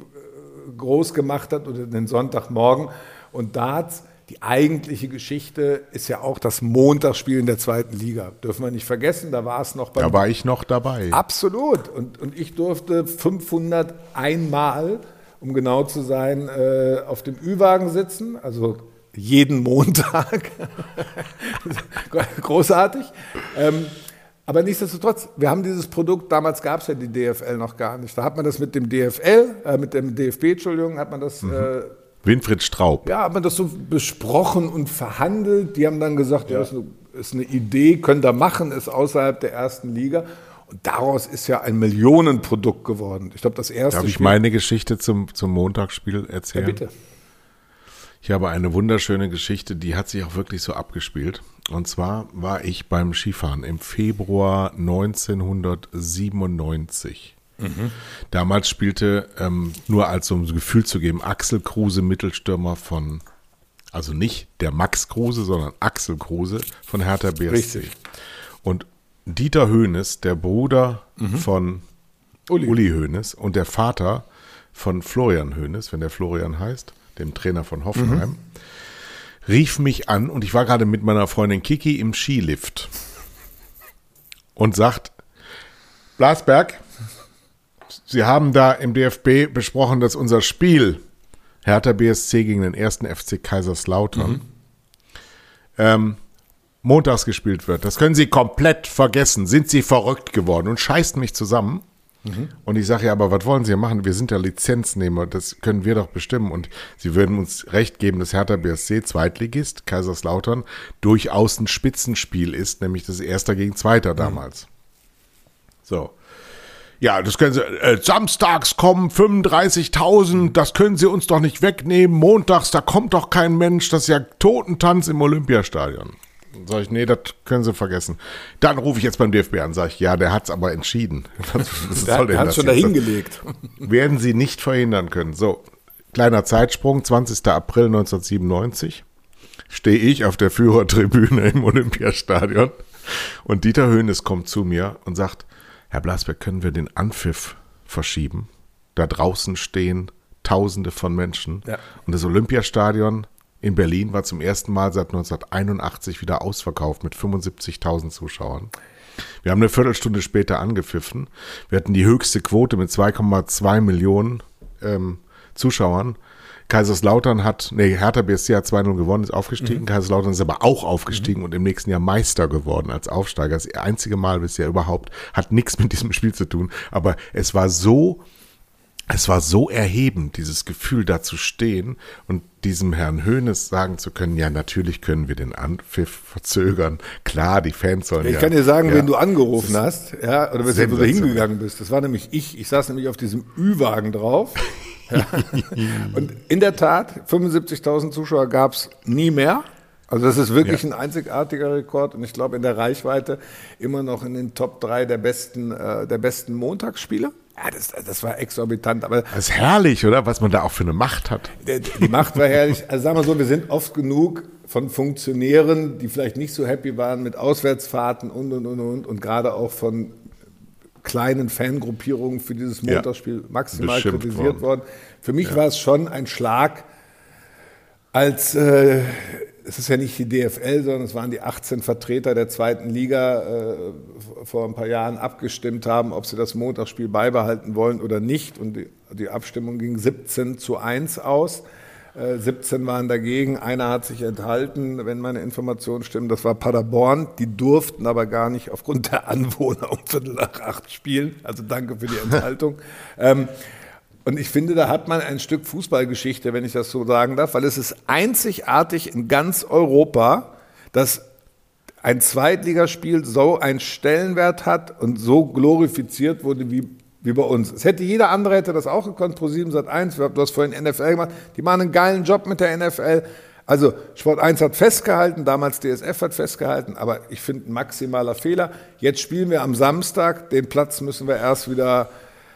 groß gemacht hat oder den Sonntagmorgen und Darts. Die eigentliche Geschichte ist ja auch das Montagsspiel in der zweiten Liga. Dürfen wir nicht vergessen, da war es noch bei. Da war ich noch dabei. Absolut. Und, und ich durfte fünfhunderteins Mal, um genau zu sein, äh, auf dem Ü-Wagen sitzen, also jeden Montag. Großartig. Ähm, aber nichtsdestotrotz, wir haben dieses Produkt, damals gab es ja die D F L noch gar nicht. Da hat man das mit dem D F L, äh, mit dem D F B, Entschuldigung, hat man das. Mhm. Äh, Winfried Straub. Ja, hat man das so besprochen und verhandelt. Die haben dann gesagt, ja, ja ist, eine, ist eine Idee, könnt ihr machen, ist außerhalb der ersten Liga. Und daraus ist ja ein Millionenprodukt geworden. Ich glaube, das erste. Darf ich Spiel meine Geschichte zum, zum Montagsspiel erzählen? Ja, bitte. Ich habe eine wunderschöne Geschichte, die hat sich auch wirklich so abgespielt. Und zwar war ich beim Skifahren im Februar neunzehnhundertsiebenundneunzig. Mhm. Damals spielte, ähm, nur als so ein Gefühl zu geben, Axel Kruse, Mittelstürmer von, also nicht der Max Kruse, sondern Axel Kruse von Hertha B S C. Richtig. Und Dieter Hoeneß, der Bruder mhm. von Uli. Uli Hoeneß und der Vater von Florian Hoeneß, wenn der Florian heißt, dem Trainer von Hoffenheim, mhm. rief mich an und ich war gerade mit meiner Freundin Kiki im Skilift und sagt, Blasberg, Sie haben da im D F B besprochen, dass unser Spiel Hertha B S C gegen den ersten F C Kaiserslautern mhm. ähm, montags gespielt wird. Das können Sie komplett vergessen. Sind Sie verrückt geworden und scheißt mich zusammen. Mhm. Und ich sage ja, aber was wollen Sie machen? Wir sind ja Lizenznehmer, das können wir doch bestimmen. Und Sie würden uns recht geben, dass Hertha B S C, Zweitligist, Kaiserslautern, durchaus ein Spitzenspiel ist, nämlich das Erster gegen Zweiter damals. Mhm. So. Ja, das können Sie, äh, samstags kommen fünfunddreißigtausend, das können Sie uns doch nicht wegnehmen, montags, da kommt doch kein Mensch, das ist ja Totentanz im Olympiastadion. Dann sage ich, nee, das können Sie vergessen. Dann rufe ich jetzt beim D F B an, sage ich, ja, der hat es aber entschieden. Was, was der der hat es schon dahingelegt. Werden Sie nicht verhindern können. So, kleiner Zeitsprung, zwanzigster April neunzehnhundertsiebenundneunzig, stehe ich auf der Führertribüne im Olympiastadion und Dieter Hoeneß kommt zu mir und sagt, Herr Blasberg, können wir den Anpfiff verschieben? Da draußen stehen Tausende von Menschen. Ja. Und das Olympiastadion in Berlin war zum ersten Mal seit neunzehnhunderteinundachtzig wieder ausverkauft mit fünfundsiebzigtausend Zuschauern. Wir haben eine Viertelstunde später angepfiffen. Wir hatten die höchste Quote mit zwei Komma zwei Millionen ähm, Zuschauern. Kaiserslautern hat, nee, Hertha B S C hat zwei null gewonnen, ist aufgestiegen. Mhm. Kaiserslautern ist aber auch aufgestiegen mhm. und im nächsten Jahr Meister geworden als Aufsteiger. Das einzige Mal bisher überhaupt, hat nichts mit diesem Spiel zu tun. Aber es war so es war so erhebend, dieses Gefühl, da zu stehen und diesem Herrn Hoeneß sagen zu können, ja, natürlich können wir den Anpfiff verzögern. Klar, die Fans sollen ich ja... Ich kann dir sagen, ja, wenn du angerufen hast, ja, oder wenn du hingegangen bist, das war nämlich ich, ich saß nämlich auf diesem Ü-Wagen drauf. Ja. Und in der Tat, fünfundsiebzigtausend Zuschauer gab es nie mehr. Also das ist wirklich ja. ein einzigartiger Rekord und ich glaube in der Reichweite immer noch in den Top drei der besten, äh, der besten Montagsspiele. Ja, das, das war exorbitant. Aber das ist herrlich, oder? Was man da auch für eine Macht hat. Die, die Macht war herrlich. Also sagen wir so, wir sind oft genug von Funktionären, die vielleicht nicht so happy waren mit Auswärtsfahrten und, und, und, und. Und gerade auch von kleinen Fangruppierungen für dieses Montagsspiel ja, maximal kritisiert worden. worden. Für mich ja. war es schon ein Schlag, als... Äh, es ist ja nicht die D F L, sondern es waren die achtzehn Vertreter der zweiten Liga äh, vor ein paar Jahren abgestimmt haben, ob sie das Montagsspiel beibehalten wollen oder nicht. Und die, die Abstimmung ging siebzehn zu eins aus. Äh, siebzehn waren dagegen, einer hat sich enthalten, wenn meine Informationen stimmen. Das war Paderborn. Die durften aber gar nicht aufgrund der Anwohner um Viertel nach acht spielen. Also danke für die Enthaltung. ähm, Und ich finde, da hat man ein Stück Fußballgeschichte, wenn ich das so sagen darf, weil es ist einzigartig in ganz Europa, dass ein Zweitligaspiel so einen Stellenwert hat und so glorifiziert wurde wie, wie bei uns. Es hätte jeder andere hätte das auch gekonnt, ProSieben Sat eins, du hast vorhin N F L gemacht, die machen einen geilen Job mit der N F L. Also Sport eins hat festgehalten, damals D S F hat festgehalten, aber ich finde ein maximaler Fehler. Jetzt spielen wir am Samstag, den Platz müssen wir erst wieder...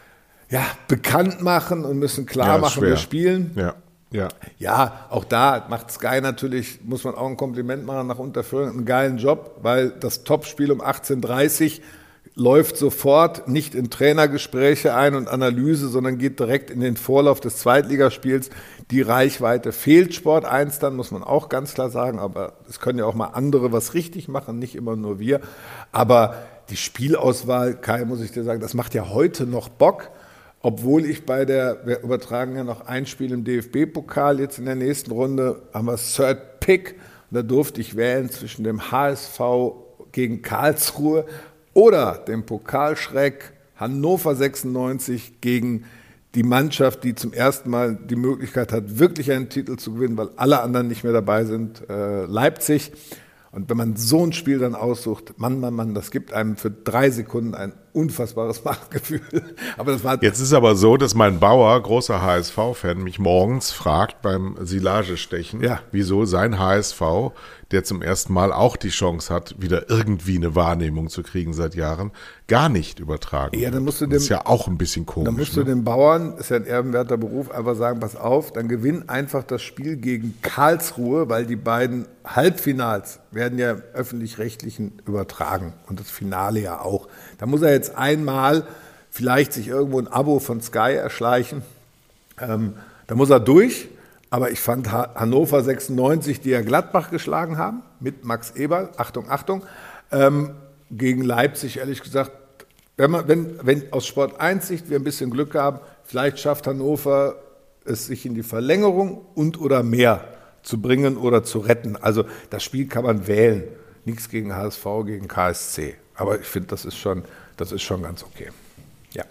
Ja, bekannt machen und müssen klar ja, machen, schwer. wir spielen. Ja, ja. ja, auch da macht Sky natürlich, muss man auch ein Kompliment machen nach Unterführung, einen geilen Job, weil das Topspiel um achtzehn Uhr dreißig läuft sofort nicht in Trainergespräche ein und Analyse, sondern geht direkt in den Vorlauf des Zweitligaspiels. Die Reichweite fehlt Sport eins dann, muss man auch ganz klar sagen, aber es können ja auch mal andere was richtig machen, nicht immer nur wir. Aber die Spielauswahl, Kai, muss ich dir sagen, das macht ja heute noch Bock. Obwohl ich bei der, wir übertragen ja noch ein Spiel im D F B-Pokal, jetzt in der nächsten Runde haben wir Third Pick und da durfte ich wählen zwischen dem H S V gegen Karlsruhe oder dem Pokalschreck Hannover sechsundneunzig gegen die Mannschaft, die zum ersten Mal die Möglichkeit hat, wirklich einen Titel zu gewinnen, weil alle anderen nicht mehr dabei sind, äh, Leipzig. Und wenn man so ein Spiel dann aussucht, Mann, Mann, Mann, das gibt einem für drei Sekunden ein unfassbares Machtgefühl. Aber das war Jetzt ist aber so, dass mein Bauer, großer H S V-Fan, mich morgens fragt beim Silagestechen, ja. wieso sein H S V, der zum ersten Mal auch die Chance hat, wieder irgendwie eine Wahrnehmung zu kriegen seit Jahren, gar nicht übertragen. Ja, dann musst du dem, das ist ja auch ein bisschen komisch. Dann musst ne? du den Bauern, ist ja ein ehrenwerter Beruf, einfach sagen, pass auf, dann gewinn einfach das Spiel gegen Karlsruhe, weil die beiden Halbfinals werden ja öffentlich-rechtlichen übertragen und das Finale ja auch. Da muss er jetzt einmal vielleicht sich irgendwo ein Abo von Sky erschleichen. Ähm, da muss er durch. Aber ich fand Hannover sechsundneunzig, die ja Gladbach geschlagen haben, mit Max Eberl, Achtung, Achtung, ähm, gegen Leipzig, ehrlich gesagt, wenn, man, wenn, wenn aus Sport eins Sicht wir ein bisschen Glück haben, vielleicht schafft Hannover es sich in die Verlängerung und oder mehr zu bringen oder zu retten. Also das Spiel kann man wählen. Nichts gegen H S V, gegen K S C. Aber ich finde, das ist schon, das ist schon ganz okay. Ja.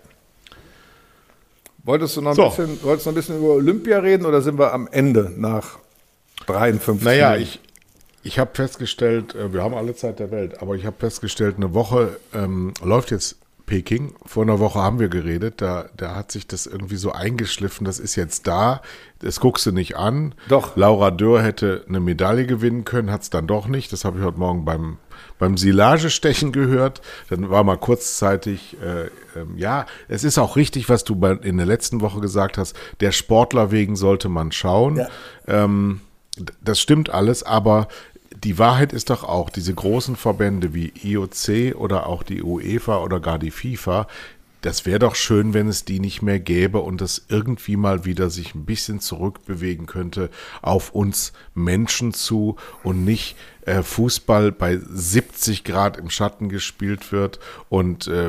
Wolltest du noch ein, so. bisschen, wolltest noch ein bisschen über Olympia reden oder sind wir am Ende nach dreiundfünfzig Naja, Minuten? ich, ich habe festgestellt, wir haben alle Zeit der Welt, aber ich habe festgestellt, eine Woche ähm, läuft jetzt Peking. Vor einer Woche haben wir geredet, da, da hat sich das irgendwie so eingeschliffen, das ist jetzt da, das guckst du nicht an. Doch. Laura Dürr hätte eine Medaille gewinnen können, hat es dann doch nicht, das habe ich heute Morgen beim beim Silagestechen gehört, dann war mal kurzzeitig, äh, äh, ja, es ist auch richtig, was du bei, in der letzten Woche gesagt hast, der Sportler wegen sollte man schauen. Ja. Ähm, das stimmt alles, aber die Wahrheit ist doch auch, diese großen Verbände wie I O C oder auch die UEFA oder gar die FIFA, das wäre doch schön, wenn es die nicht mehr gäbe und das irgendwie mal wieder sich ein bisschen zurückbewegen könnte auf uns Menschen zu und nicht äh, Fußball bei siebzig Grad im Schatten gespielt wird und äh,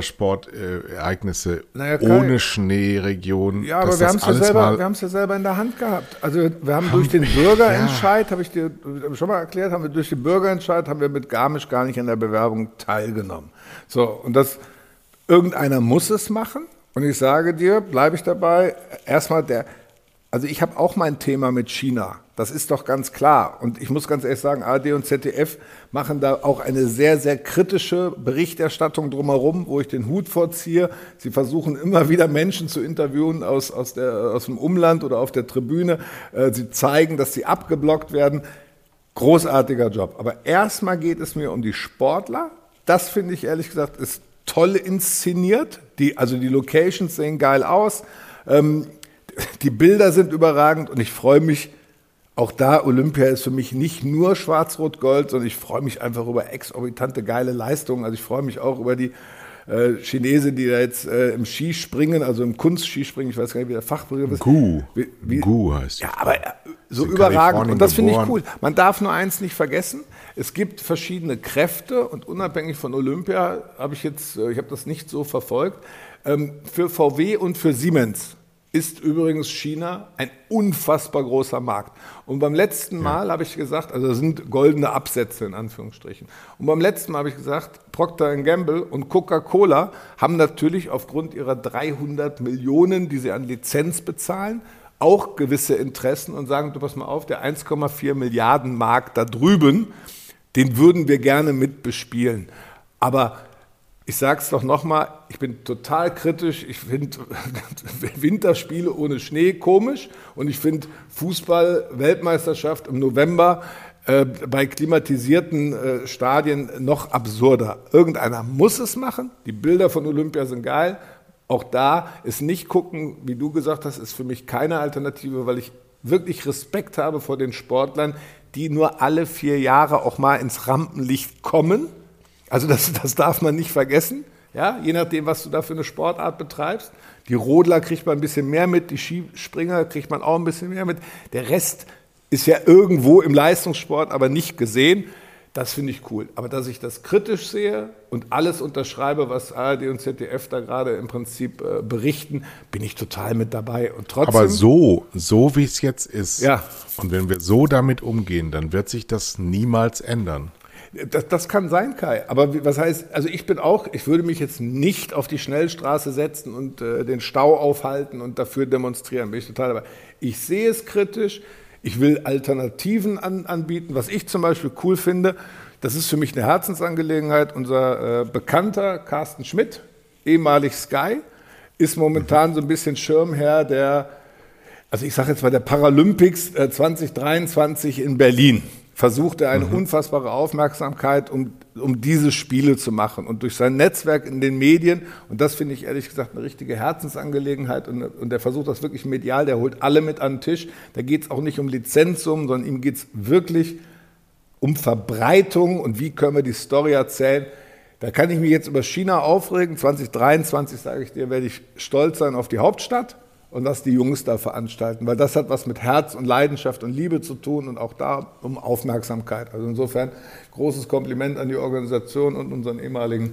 Wintersportereignisse naja, ohne Schneeregion. Ja, aber wir haben es ja selber, wir haben es ja selber in der Hand gehabt. Also wir haben, haben durch den Bürgerentscheid, ja. habe ich dir schon mal erklärt, haben wir durch den Bürgerentscheid haben wir mit Garmisch gar nicht an der Bewerbung teilgenommen. So, und das Irgendeiner muss es machen Und ich sage dir, bleibe ich dabei, erstmal der, also ich habe auch mein Thema mit China. Das ist doch ganz klar. Und ich muss ganz ehrlich sagen, A R D und Z D F machen da auch eine sehr, sehr kritische Berichterstattung drumherum, wo ich den Hut vorziehe. Sie versuchen immer wieder Menschen zu interviewen aus, aus, der, aus dem Umland oder auf der Tribüne. Sie zeigen, dass sie abgeblockt werden. Großartiger Job. Aber erstmal geht es mir um die Sportler. Das finde ich ehrlich gesagt ist toll inszeniert. Die, also die Locations sehen geil aus. Ähm, die Bilder sind überragend und ich freue mich, auch da, Olympia ist für mich nicht nur Schwarz-Rot-Gold, sondern ich freue mich einfach über exorbitante, geile Leistungen. Also ich freue mich auch über die äh, Chinesen, die da jetzt äh, im Skispringen, also im Kunstskispringen, ich weiß gar nicht, wie der Fachbegriff ist. Gu. Wie, wie, Gu heißt Ja, aber äh, so in überragend. Und das finde ich geboren. cool. Man darf nur eins nicht vergessen. Es gibt verschiedene Kräfte und unabhängig von Olympia habe ich jetzt, äh, ich habe das nicht so verfolgt, ähm, für V W und für Siemens ist übrigens China ein unfassbar großer Markt. Und beim letzten Mal ja. habe ich gesagt, also das sind goldene Absätze in Anführungsstrichen. Und beim letzten Mal habe ich gesagt, Procter and Gamble und Coca-Cola haben natürlich aufgrund ihrer dreihundert Millionen, die sie an Lizenz bezahlen, auch gewisse Interessen und sagen, du pass mal auf, der eins Komma vier Milliarden Markt da drüben, den würden wir gerne mit bespielen. Aber ich sage es doch nochmal, ich bin total kritisch. Ich finde Winterspiele ohne Schnee komisch und ich finde Fußball-Weltmeisterschaft im November äh, bei klimatisierten äh, Stadien noch absurder. Irgendeiner muss es machen. Die Bilder von Olympia sind geil. Auch da ist nicht gucken, wie du gesagt hast, ist für mich keine Alternative, weil ich wirklich Respekt habe vor den Sportlern, die nur alle vier Jahre auch mal ins Rampenlicht kommen. Also das, das darf man nicht vergessen, ja? Je nachdem, was du da für eine Sportart betreibst. Die Rodler kriegt man ein bisschen mehr mit, die Skispringer kriegt man auch ein bisschen mehr mit. Der Rest ist ja irgendwo im Leistungssport, aber nicht gesehen. Das finde ich cool. Aber dass ich das kritisch sehe und alles unterschreibe, was A R D und Z D F da gerade im Prinzip äh, berichten, bin ich total mit dabei. Und trotzdem, aber so, so wie es jetzt ist, ja. Und wenn wir so damit umgehen, dann wird sich das niemals ändern. Das, das kann sein, Kai. Aber was heißt, also ich bin auch, ich würde mich jetzt nicht auf die Schnellstraße setzen und äh, den Stau aufhalten und dafür demonstrieren. Bin ich total dabei. Ich sehe es kritisch. Ich will Alternativen an, anbieten. Was ich zum Beispiel cool finde, das ist für mich eine Herzensangelegenheit. Unser äh, Bekannter Carsten Schmidt, ehemalig Sky, ist momentan so ein bisschen Schirmherr der, also ich sage jetzt mal der Paralympics äh, zwanzig dreiundzwanzig in Berlin. Versucht er eine mhm. unfassbare Aufmerksamkeit, um, um diese Spiele zu machen. Und durch sein Netzwerk in den Medien, und das finde ich ehrlich gesagt eine richtige Herzensangelegenheit, und, und er versucht das wirklich medial, der holt alle mit an den Tisch. Da geht es auch nicht um Lizenzsummen, sondern ihm geht es wirklich um Verbreitung und wie können wir die Story erzählen. Da kann ich mich jetzt über China aufregen. zwanzig dreiundzwanzig, sage ich dir, werde ich stolz sein auf die Hauptstadt. Und was die Jungs da veranstalten, weil das hat was mit Herz und Leidenschaft und Liebe zu tun und auch da um Aufmerksamkeit. Also insofern großes Kompliment an die Organisation und unseren ehemaligen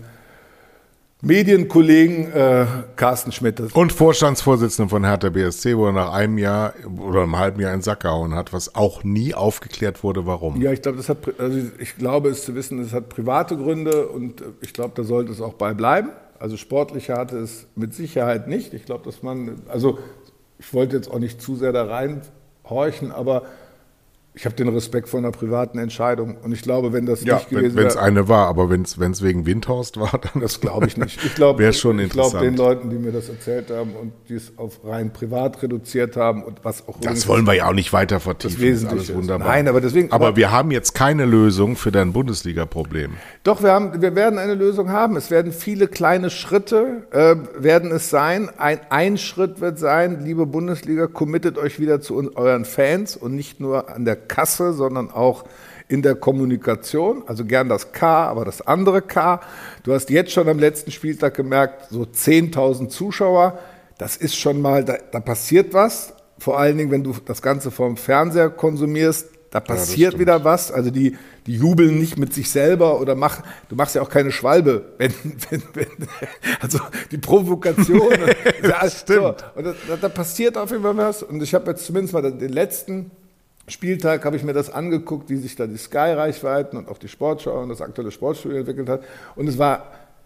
Medienkollegen äh, Carsten Schmidt. Und Vorstandsvorsitzenden von Hertha B S C, wo er nach einem Jahr oder einem halben Jahr in den Sack gehauen hat, was auch nie aufgeklärt wurde, warum. Ja, ich glaube, das hat, also ich glaube es zu wissen, es hat private Gründe und ich glaube, da sollte es auch bei bleiben. Also sportlicher hatte es mit Sicherheit nicht. Ich glaube, dass man, also ich wollte jetzt auch nicht zu sehr da reinhorchen, aber ich habe den Respekt vor einer privaten Entscheidung. Und ich glaube, wenn das ja, nicht gewesen wäre. Wenn es eine war, aber wenn es wegen Windhorst war, dann. Das glaube ich nicht. Ich glaube, wäre schon ich interessant. glaube, den Leuten, die mir das erzählt haben und die es auf rein privat reduziert haben und was auch. Das wollen wir ja auch nicht weiter vertiefen. Das Wesentliche ist alles wunderbar. Nein, aber deswegen. Aber, aber wir haben jetzt keine Lösung für dein Bundesliga-Problem. Doch, wir haben, wir werden eine Lösung haben. Es werden viele kleine Schritte, äh, werden es sein. Ein, ein Schritt wird sein, liebe Bundesliga, committet euch wieder zu uns, euren Fans und nicht nur an der Kasse, sondern auch in der Kommunikation, also gern das K, aber das andere K. Du hast jetzt schon am letzten Spieltag gemerkt, so zehntausend Zuschauer, das ist schon mal, da, da passiert was, vor allen Dingen, wenn du das Ganze vom Fernseher konsumierst, da passiert ja, wieder was, also die, die jubeln nicht mit sich selber oder machen, du machst ja auch keine Schwalbe, wenn, wenn, wenn also die Provokation. das ja, stimmt. So, und da, da passiert auf jeden Fall was und ich habe jetzt zumindest mal den letzten Spieltag habe ich mir das angeguckt, wie sich da die Sky-Reichweiten und auch die Sportschau und das aktuelle Sportstudio entwickelt hat. Und es war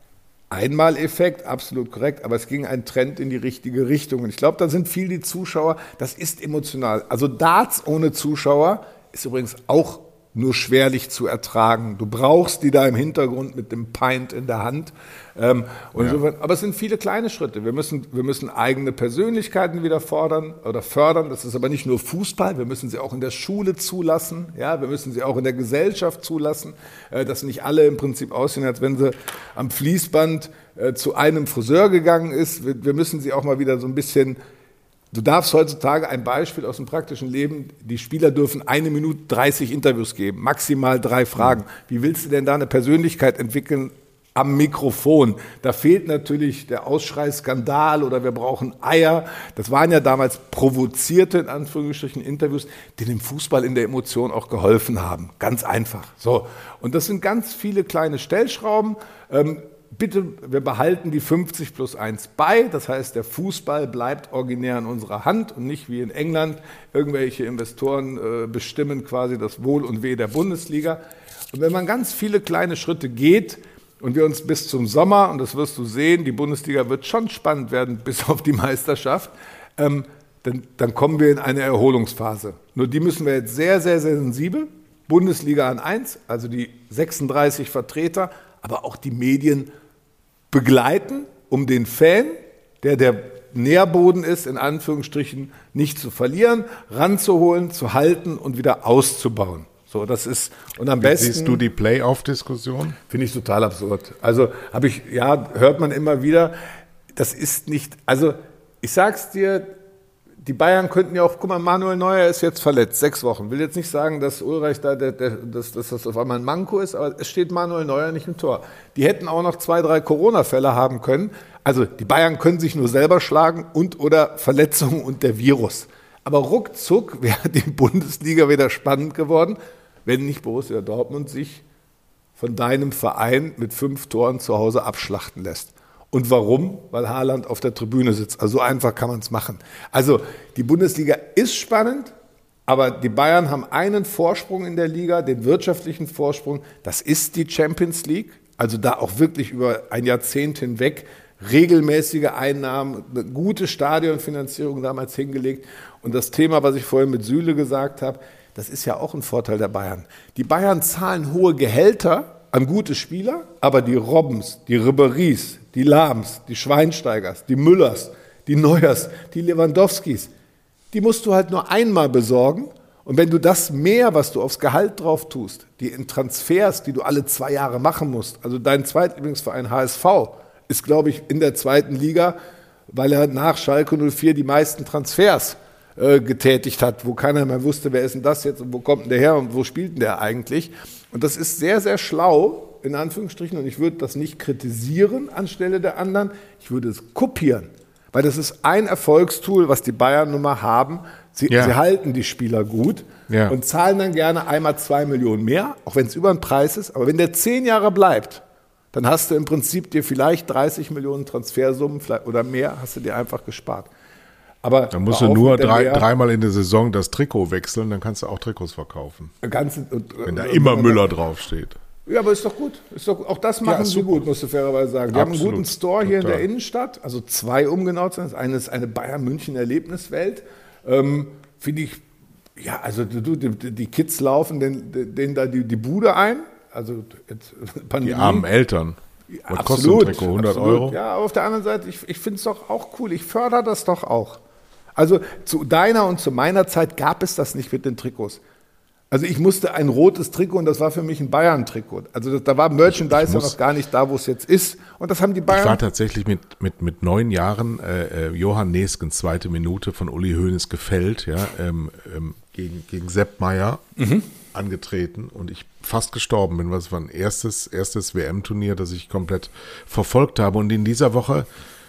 Einmaleffekt, absolut korrekt, aber es ging ein Trend in die richtige Richtung. Und ich glaube, da sind viel die Zuschauer, das ist emotional. Also Darts ohne Zuschauer ist übrigens auch nur schwerlich zu ertragen. Du brauchst die da im Hintergrund mit dem Pint in der Hand. Ähm, und ja. insofern, aber es sind viele kleine Schritte. Wir müssen, wir müssen eigene Persönlichkeiten wieder fordern oder fördern. Das ist aber nicht nur Fußball. Wir müssen sie auch in der Schule zulassen. Ja, wir müssen sie auch in der Gesellschaft zulassen. Äh, dass nicht alle im Prinzip aussehen, als wenn sie am Fließband äh, zu einem Friseur gegangen ist. Wir, wir müssen sie auch mal wieder so ein bisschen. Du darfst heutzutage ein Beispiel aus dem praktischen Leben, die Spieler dürfen eine Minute dreißig Interviews geben, maximal drei Fragen. Wie willst du denn da eine Persönlichkeit entwickeln am Mikrofon? Da fehlt natürlich der Ausschrei-Skandal oder wir brauchen Eier. Das waren ja damals provozierte, in Anführungsstrichen, Interviews, die dem Fußball in der Emotion auch geholfen haben. Ganz einfach. So. Und das sind ganz viele kleine Stellschrauben. Ähm, Bitte, wir behalten die fünfzig plus eins bei, das heißt, der Fußball bleibt originär in unserer Hand und nicht wie in England irgendwelche Investoren äh, bestimmen quasi das Wohl und Weh der Bundesliga. Und wenn man ganz viele kleine Schritte geht und wir uns bis zum Sommer, und das wirst du sehen, die Bundesliga wird schon spannend werden bis auf die Meisterschaft, ähm, dann, dann kommen wir in eine Erholungsphase. Nur die müssen wir jetzt sehr, sehr, sehr sensibel, Bundesliga an eins, also die sechsunddreißig Vertreter, aber auch die Medien begleiten, um den Fan, der der Nährboden ist, in Anführungsstrichen, nicht zu verlieren, ranzuholen, zu halten und wieder auszubauen. So, das ist, und am Wie besten. siehst du die Playoff-Diskussion? Finde ich total absurd. Also habe ich, ja, hört man immer wieder, das ist nicht, also ich sag's dir, die Bayern könnten ja auch, guck mal, Manuel Neuer ist jetzt verletzt, sechs Wochen. Will jetzt nicht sagen, dass Ulreich da, der, der, dass, dass das auf einmal ein Manko ist, aber es steht Manuel Neuer nicht im Tor. Die hätten auch noch zwei, drei Corona-Fälle haben können. Also die Bayern können sich nur selber schlagen und oder Verletzungen und der Virus. Aber ruckzuck wäre die Bundesliga wieder spannend geworden, wenn nicht Borussia Dortmund sich von deinem Verein mit fünf Toren zu Hause abschlachten lässt. Und warum? Weil Haaland auf der Tribüne sitzt. Also so einfach kann man es machen. Also die Bundesliga ist spannend, aber die Bayern haben einen Vorsprung in der Liga, den wirtschaftlichen Vorsprung. Das ist die Champions League. Also da auch wirklich über ein Jahrzehnt hinweg regelmäßige Einnahmen, eine gute Stadionfinanzierung damals hingelegt. Und das Thema, was ich vorhin mit Süle gesagt habe, das ist ja auch ein Vorteil der Bayern. Die Bayern zahlen hohe Gehälter an gute Spieler, aber die Robbens, die Ribéry's, die Lahms, die Schweinsteigers, die Müllers, die Neuers, die Lewandowskis, die musst du halt nur einmal besorgen. Und wenn du das mehr, was du aufs Gehalt drauf tust, die in Transfers, die du alle zwei Jahre machen musst, also dein Zweitlieblingsverein H S V ist, glaube ich, in der zweiten Liga, weil er nach Schalke null vier die meisten Transfers äh, getätigt hat, wo keiner mehr wusste, wer ist denn das jetzt und wo kommt denn der her und wo spielt denn der eigentlich. Und das ist sehr, sehr schlau, in Anführungsstrichen, und ich würde das nicht kritisieren anstelle der anderen, ich würde es kopieren, weil das ist ein Erfolgstool, was die Bayern nun mal haben. Sie, ja. sie halten die Spieler gut ja. und zahlen dann gerne einmal zwei Millionen mehr, auch wenn es über den Preis ist, aber wenn der zehn Jahre bleibt, dann hast du im Prinzip dir vielleicht dreißig Millionen Transfersummen oder mehr, hast du dir einfach gespart. Aber dann musst du nur drei, dreimal in der Saison das Trikot wechseln, dann kannst du auch Trikots verkaufen. Ganz, und, wenn da immer und, Müller draufsteht. Ja, aber ist doch gut. Ist doch, auch das machen ja, sie gut, musst du fairerweise sagen. Wir Absolut. haben einen guten Store hier Total. in der Innenstadt, also zwei, um genau zu sein. Das eine ist eine Bayern-München-Erlebniswelt. Ähm, Finde ich, ja, also du, die, die Kids laufen denen, denen da die, die Bude ein. Also jetzt Pandemie. Die armen Eltern. Was absolut, kostet ein Trikot? hundert Euro? Ja, aber auf der anderen Seite, ich, ich finde es doch auch cool. Ich fördere das doch auch. Also zu deiner und zu meiner Zeit gab es das nicht mit den Trikots. Also ich musste ein rotes Trikot und das war für mich ein Bayern-Trikot. Also das, da war Merchandise noch gar nicht da, wo es jetzt ist. Und das haben die Bayern. Ich war tatsächlich mit, mit, mit neun Jahren äh, Johann Neskens zweite Minute von Uli Hoeneß gefällt, ja, ähm, ähm, gegen, gegen Sepp Maier mhm. angetreten und ich fast gestorben bin, weil es war ein erstes, erstes W M-Turnier, das ich komplett verfolgt habe. Und in dieser Woche,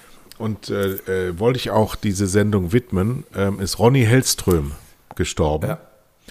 und äh, äh, wollte ich auch diese Sendung widmen, ähm, ist Ronny Hellström gestorben. Ja.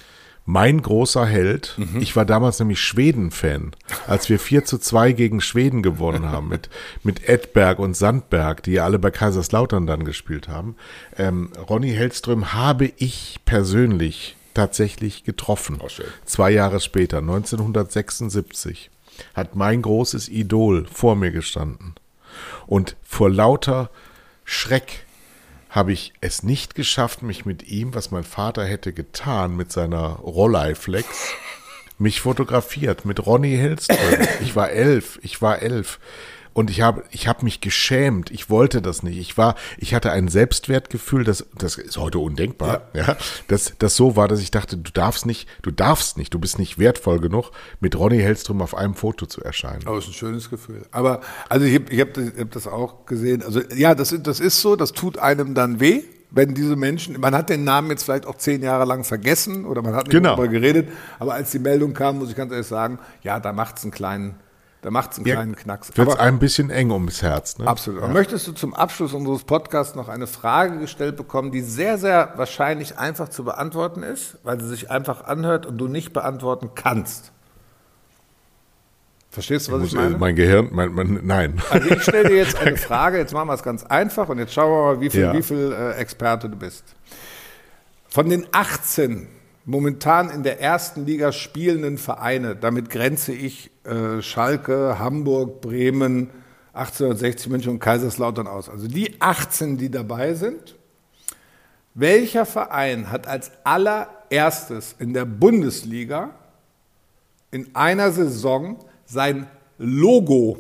Mein großer Held, mhm. ich war damals nämlich Schweden-Fan, als wir vier zu zwei gegen Schweden gewonnen haben, mit, mit Edberg und Sandberg, die ja alle bei Kaiserslautern dann gespielt haben. Ähm, Ronny Hellström habe ich persönlich tatsächlich getroffen. Oh, zwei Jahre später, neunzehnhundertsechsundsiebzig, hat mein großes Idol vor mir gestanden. Und vor lauter Schreck habe ich es nicht geschafft, mich mit ihm, was mein Vater hätte getan, mit seiner Rolleiflex, mich fotografiert mit Ronny Hellström. Ich war elf, ich war elf. Und ich habe ich habe mich geschämt. Ich wollte das nicht. Ich war, ich hatte ein Selbstwertgefühl, das das ist heute undenkbar, ja, ja dass das so war, dass ich dachte, du darfst nicht, du darfst nicht, du bist nicht wertvoll genug, mit Ronny Hellström auf einem Foto zu erscheinen. Aber es ist ein schönes Gefühl. Aber also ich habe ich hab das, ich hab das auch gesehen. Also ja, das das ist so, das tut einem dann weh, wenn diese Menschen, man hat den Namen jetzt vielleicht auch zehn Jahre lang vergessen oder man hat nicht genau. darüber geredet, aber als die Meldung kam, muss ich ganz ehrlich sagen, ja, da macht es einen kleinen Da macht es einen ja, kleinen Knacks. Wird es ein bisschen eng ums Herz. Ne? Absolut. Ja. Und möchtest du zum Abschluss unseres Podcasts noch eine Frage gestellt bekommen, die sehr, sehr wahrscheinlich einfach zu beantworten ist, weil sie sich einfach anhört und du nicht beantworten kannst? Verstehst du, was ich, ich meine? Mein Gehirn, mein, mein, nein. Also ich stelle dir jetzt eine Frage, jetzt machen wir es ganz einfach und jetzt schauen wir mal, wie viel, ja. wie viel äh, Experte du bist. Von den achtzehn momentan in der ersten Liga spielenden Vereine, damit grenze ich äh, Schalke, Hamburg, Bremen, achtzehnhundertsechzig München und Kaiserslautern aus. Also die achtzehn, die dabei sind. Welcher Verein hat als allererstes in der Bundesliga in einer Saison sein Logo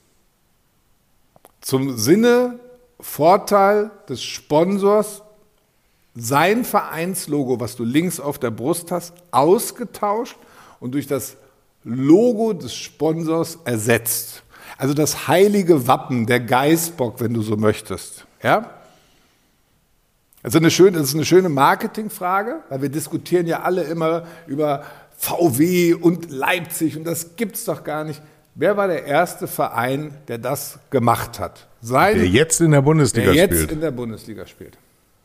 zum Sinne, Vorteil des Sponsors, sein Vereinslogo, was du links auf der Brust hast, ausgetauscht und durch das Logo des Sponsors ersetzt? Also das heilige Wappen, der Geißbock, wenn du so möchtest. Ja? Also eine schöne, das ist eine schöne Marketingfrage, weil wir diskutieren ja alle immer über V W und Leipzig und das gibt's doch gar nicht. Wer war der erste Verein, der das gemacht hat? Sein, der jetzt in der Bundesliga der spielt. jetzt in der Bundesliga spielt.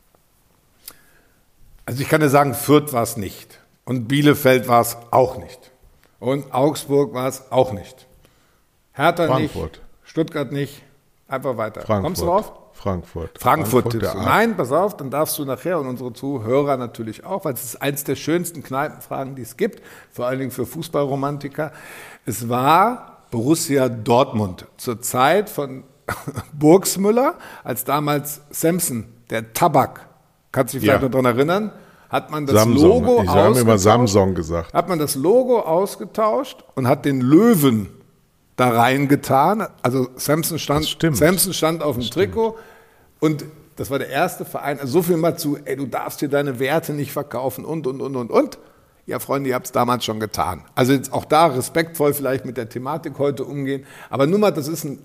Also ich kann dir sagen, Fürth war es nicht und Bielefeld war es auch nicht und Augsburg war es auch nicht. Hertha Frankfurt. nicht, Stuttgart nicht, einfach weiter. Frankfurt. Kommst du drauf? Frankfurt. Frankfurt, Frankfurt tippst du. Nein, pass auf, dann darfst du nachher und unsere Zuhörer natürlich auch, weil es ist eins der schönsten Kneipenfragen, die es gibt, vor allen Dingen für Fußballromantiker. Es war Borussia Dortmund zur Zeit von Burgsmüller, als damals Samson, der Tabak, kannst du dich vielleicht Ja. noch daran erinnern, hat man das Samsung. Logo Ich habe immer Samsung gesagt. Hat man das Logo ausgetauscht und hat den Löwen da reingetan. Also Samson stand, Samson stand auf dem das Trikot und das war der erste Verein. Also so viel mal zu, ey, du darfst dir deine Werte nicht verkaufen und, und, und, und, und. Ja, Freunde, ihr habt es damals schon getan. Also jetzt auch da respektvoll vielleicht mit der Thematik heute umgehen. Aber nur mal, das ist ein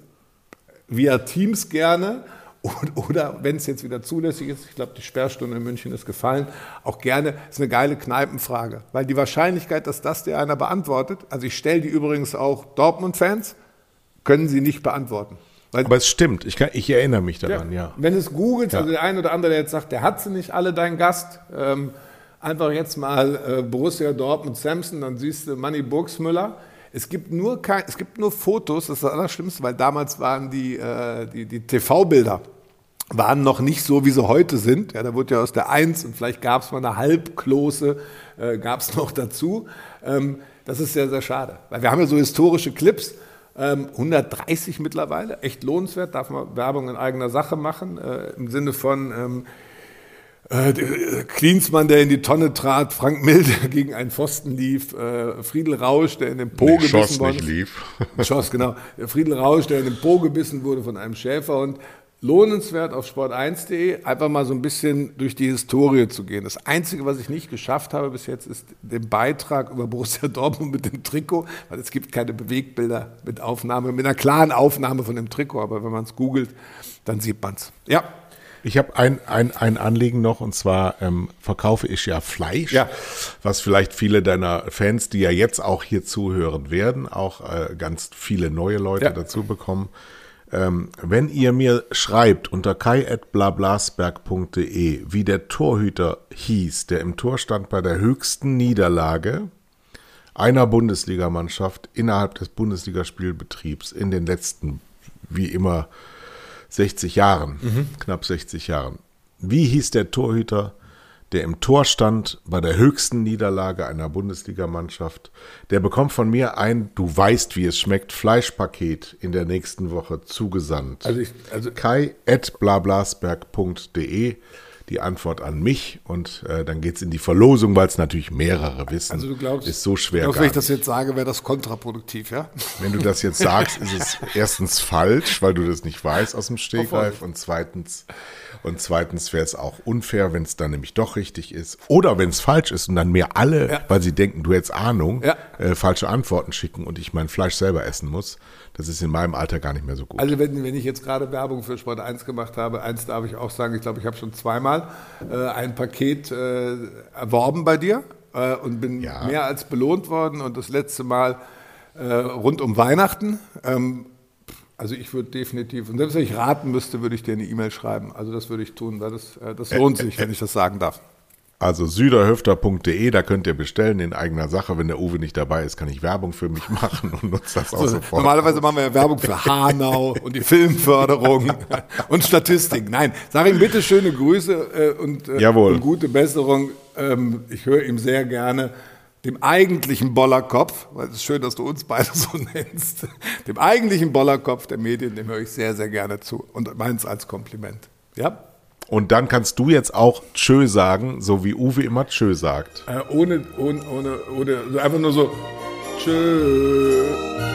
via Teams gerne oder wenn es jetzt wieder zulässig ist, ich glaube, die Sperrstunde in München ist gefallen, auch gerne, ist eine geile Kneipenfrage. Weil die Wahrscheinlichkeit, dass das dir einer beantwortet, also ich stelle die übrigens auch Dortmund-Fans, können sie nicht beantworten. Weil, aber es stimmt, ich, kann, ich erinnere mich daran, ja. ja. Wenn es googelt, ja. also der eine oder andere, der jetzt sagt, der hat sie nicht alle, dein Gast, ähm, einfach jetzt mal äh, Borussia Dortmund Samson, dann siehst du Manni Burgsmüller. Es gibt nur kein, es gibt nur Fotos, das ist das Allerschlimmste, weil damals waren die, äh, die, die T V-Bilder waren noch nicht so, wie sie heute sind. Ja, da wurde ja aus der Eins und vielleicht gab es mal eine Halbklose, äh, gab es noch dazu. Ähm, das ist sehr, sehr schade, weil wir haben ja so historische Clips, ähm, hundertdreißig mittlerweile, echt lohnenswert, darf man Werbung in eigener Sache machen, äh, im Sinne von ähm, äh, Klinsmann, der in die Tonne trat, Frank Milde gegen einen Pfosten lief, äh, Friedel Rausch, der in den Po nee, gebissen wurde. Nicht lief. Schoss, genau. Friedel Rausch, der in den Po gebissen wurde von einem Schäferhund. Lohnenswert auf sport eins punkt de, einfach mal so ein bisschen durch die Historie zu gehen. Das Einzige, was ich nicht geschafft habe bis jetzt, ist den Beitrag über Borussia Dortmund mit dem Trikot, weil es gibt keine Bewegbilder mit Aufnahme, mit einer klaren Aufnahme von dem Trikot, aber wenn man es googelt, dann sieht man es. Ja. Ich habe ein, ein, ein Anliegen noch, und zwar ähm, verkaufe ich ja Fleisch, ja. was vielleicht viele deiner Fans, die ja jetzt auch hier zuhören werden, auch äh, ganz viele neue Leute ja. dazu bekommen. Ähm, wenn ihr mir schreibt unter kai at blablasberg punkt de, wie der Torhüter hieß, der im Tor stand bei der höchsten Niederlage einer Bundesligamannschaft innerhalb des Bundesligaspielbetriebs in den letzten, wie immer, sechzig Jahren, mhm. knapp sechzig Jahren. Wie hieß der Torhüter, der im Tor stand bei der höchsten Niederlage einer Bundesligamannschaft, der bekommt von mir ein, du weißt, wie es schmeckt, Fleischpaket in der nächsten Woche zugesandt. Also ich, also kai at blablasberg punkt de, die Antwort an mich und äh, dann geht's in die Verlosung, weil es natürlich mehrere wissen. Also du glaubst, ist so schwer. Ich glaube, gar wenn ich das nicht. jetzt sage, wäre das kontraproduktiv, ja? Wenn du das jetzt sagst, ist es erstens falsch, weil du das nicht weißt aus dem Stegreif und zweitens und zweitens wäre es auch unfair, wenn es dann nämlich doch richtig ist oder wenn es falsch ist und dann mir alle, Ja. weil sie denken, du hättest Ahnung, Ja. äh, falsche Antworten schicken und ich mein Fleisch selber essen muss. Das ist in meinem Alter gar nicht mehr so gut. Also wenn, wenn ich jetzt gerade Werbung für Sport eins gemacht habe, eins darf ich auch sagen, ich glaube, ich habe schon zweimal äh, ein Paket äh, erworben bei dir äh, und bin Ja. mehr als belohnt worden und das letzte Mal äh, rund um Weihnachten. Ähm, also ich würde definitiv, und selbst wenn ich raten müsste, würde ich dir eine E-Mail schreiben. Also das würde ich tun, weil das, äh, das lohnt sich, wenn ich das sagen darf. Also süderhöfter punkt de, da könnt ihr bestellen in eigener Sache. Wenn der Uwe nicht dabei ist, kann ich Werbung für mich machen und nutze das auch Also, sofort. normalerweise machen wir ja Werbung für Hanau und die Filmförderung und Statistik. Nein, sag ihm bitte schöne Grüße äh, und, äh, Jawohl. und gute Besserung. Ähm, ich höre ihm sehr gerne, dem eigentlichen Bollerkopf, weil es ist schön, dass du uns beide so nennst, dem eigentlichen Bollerkopf der Medien, dem höre ich sehr, sehr gerne zu und meins als Kompliment. Ja? Und dann kannst du jetzt auch Tschö sagen, so wie Uwe immer Tschö sagt. Äh, ohne, ohne, ohne, ohne, einfach nur so, tschö.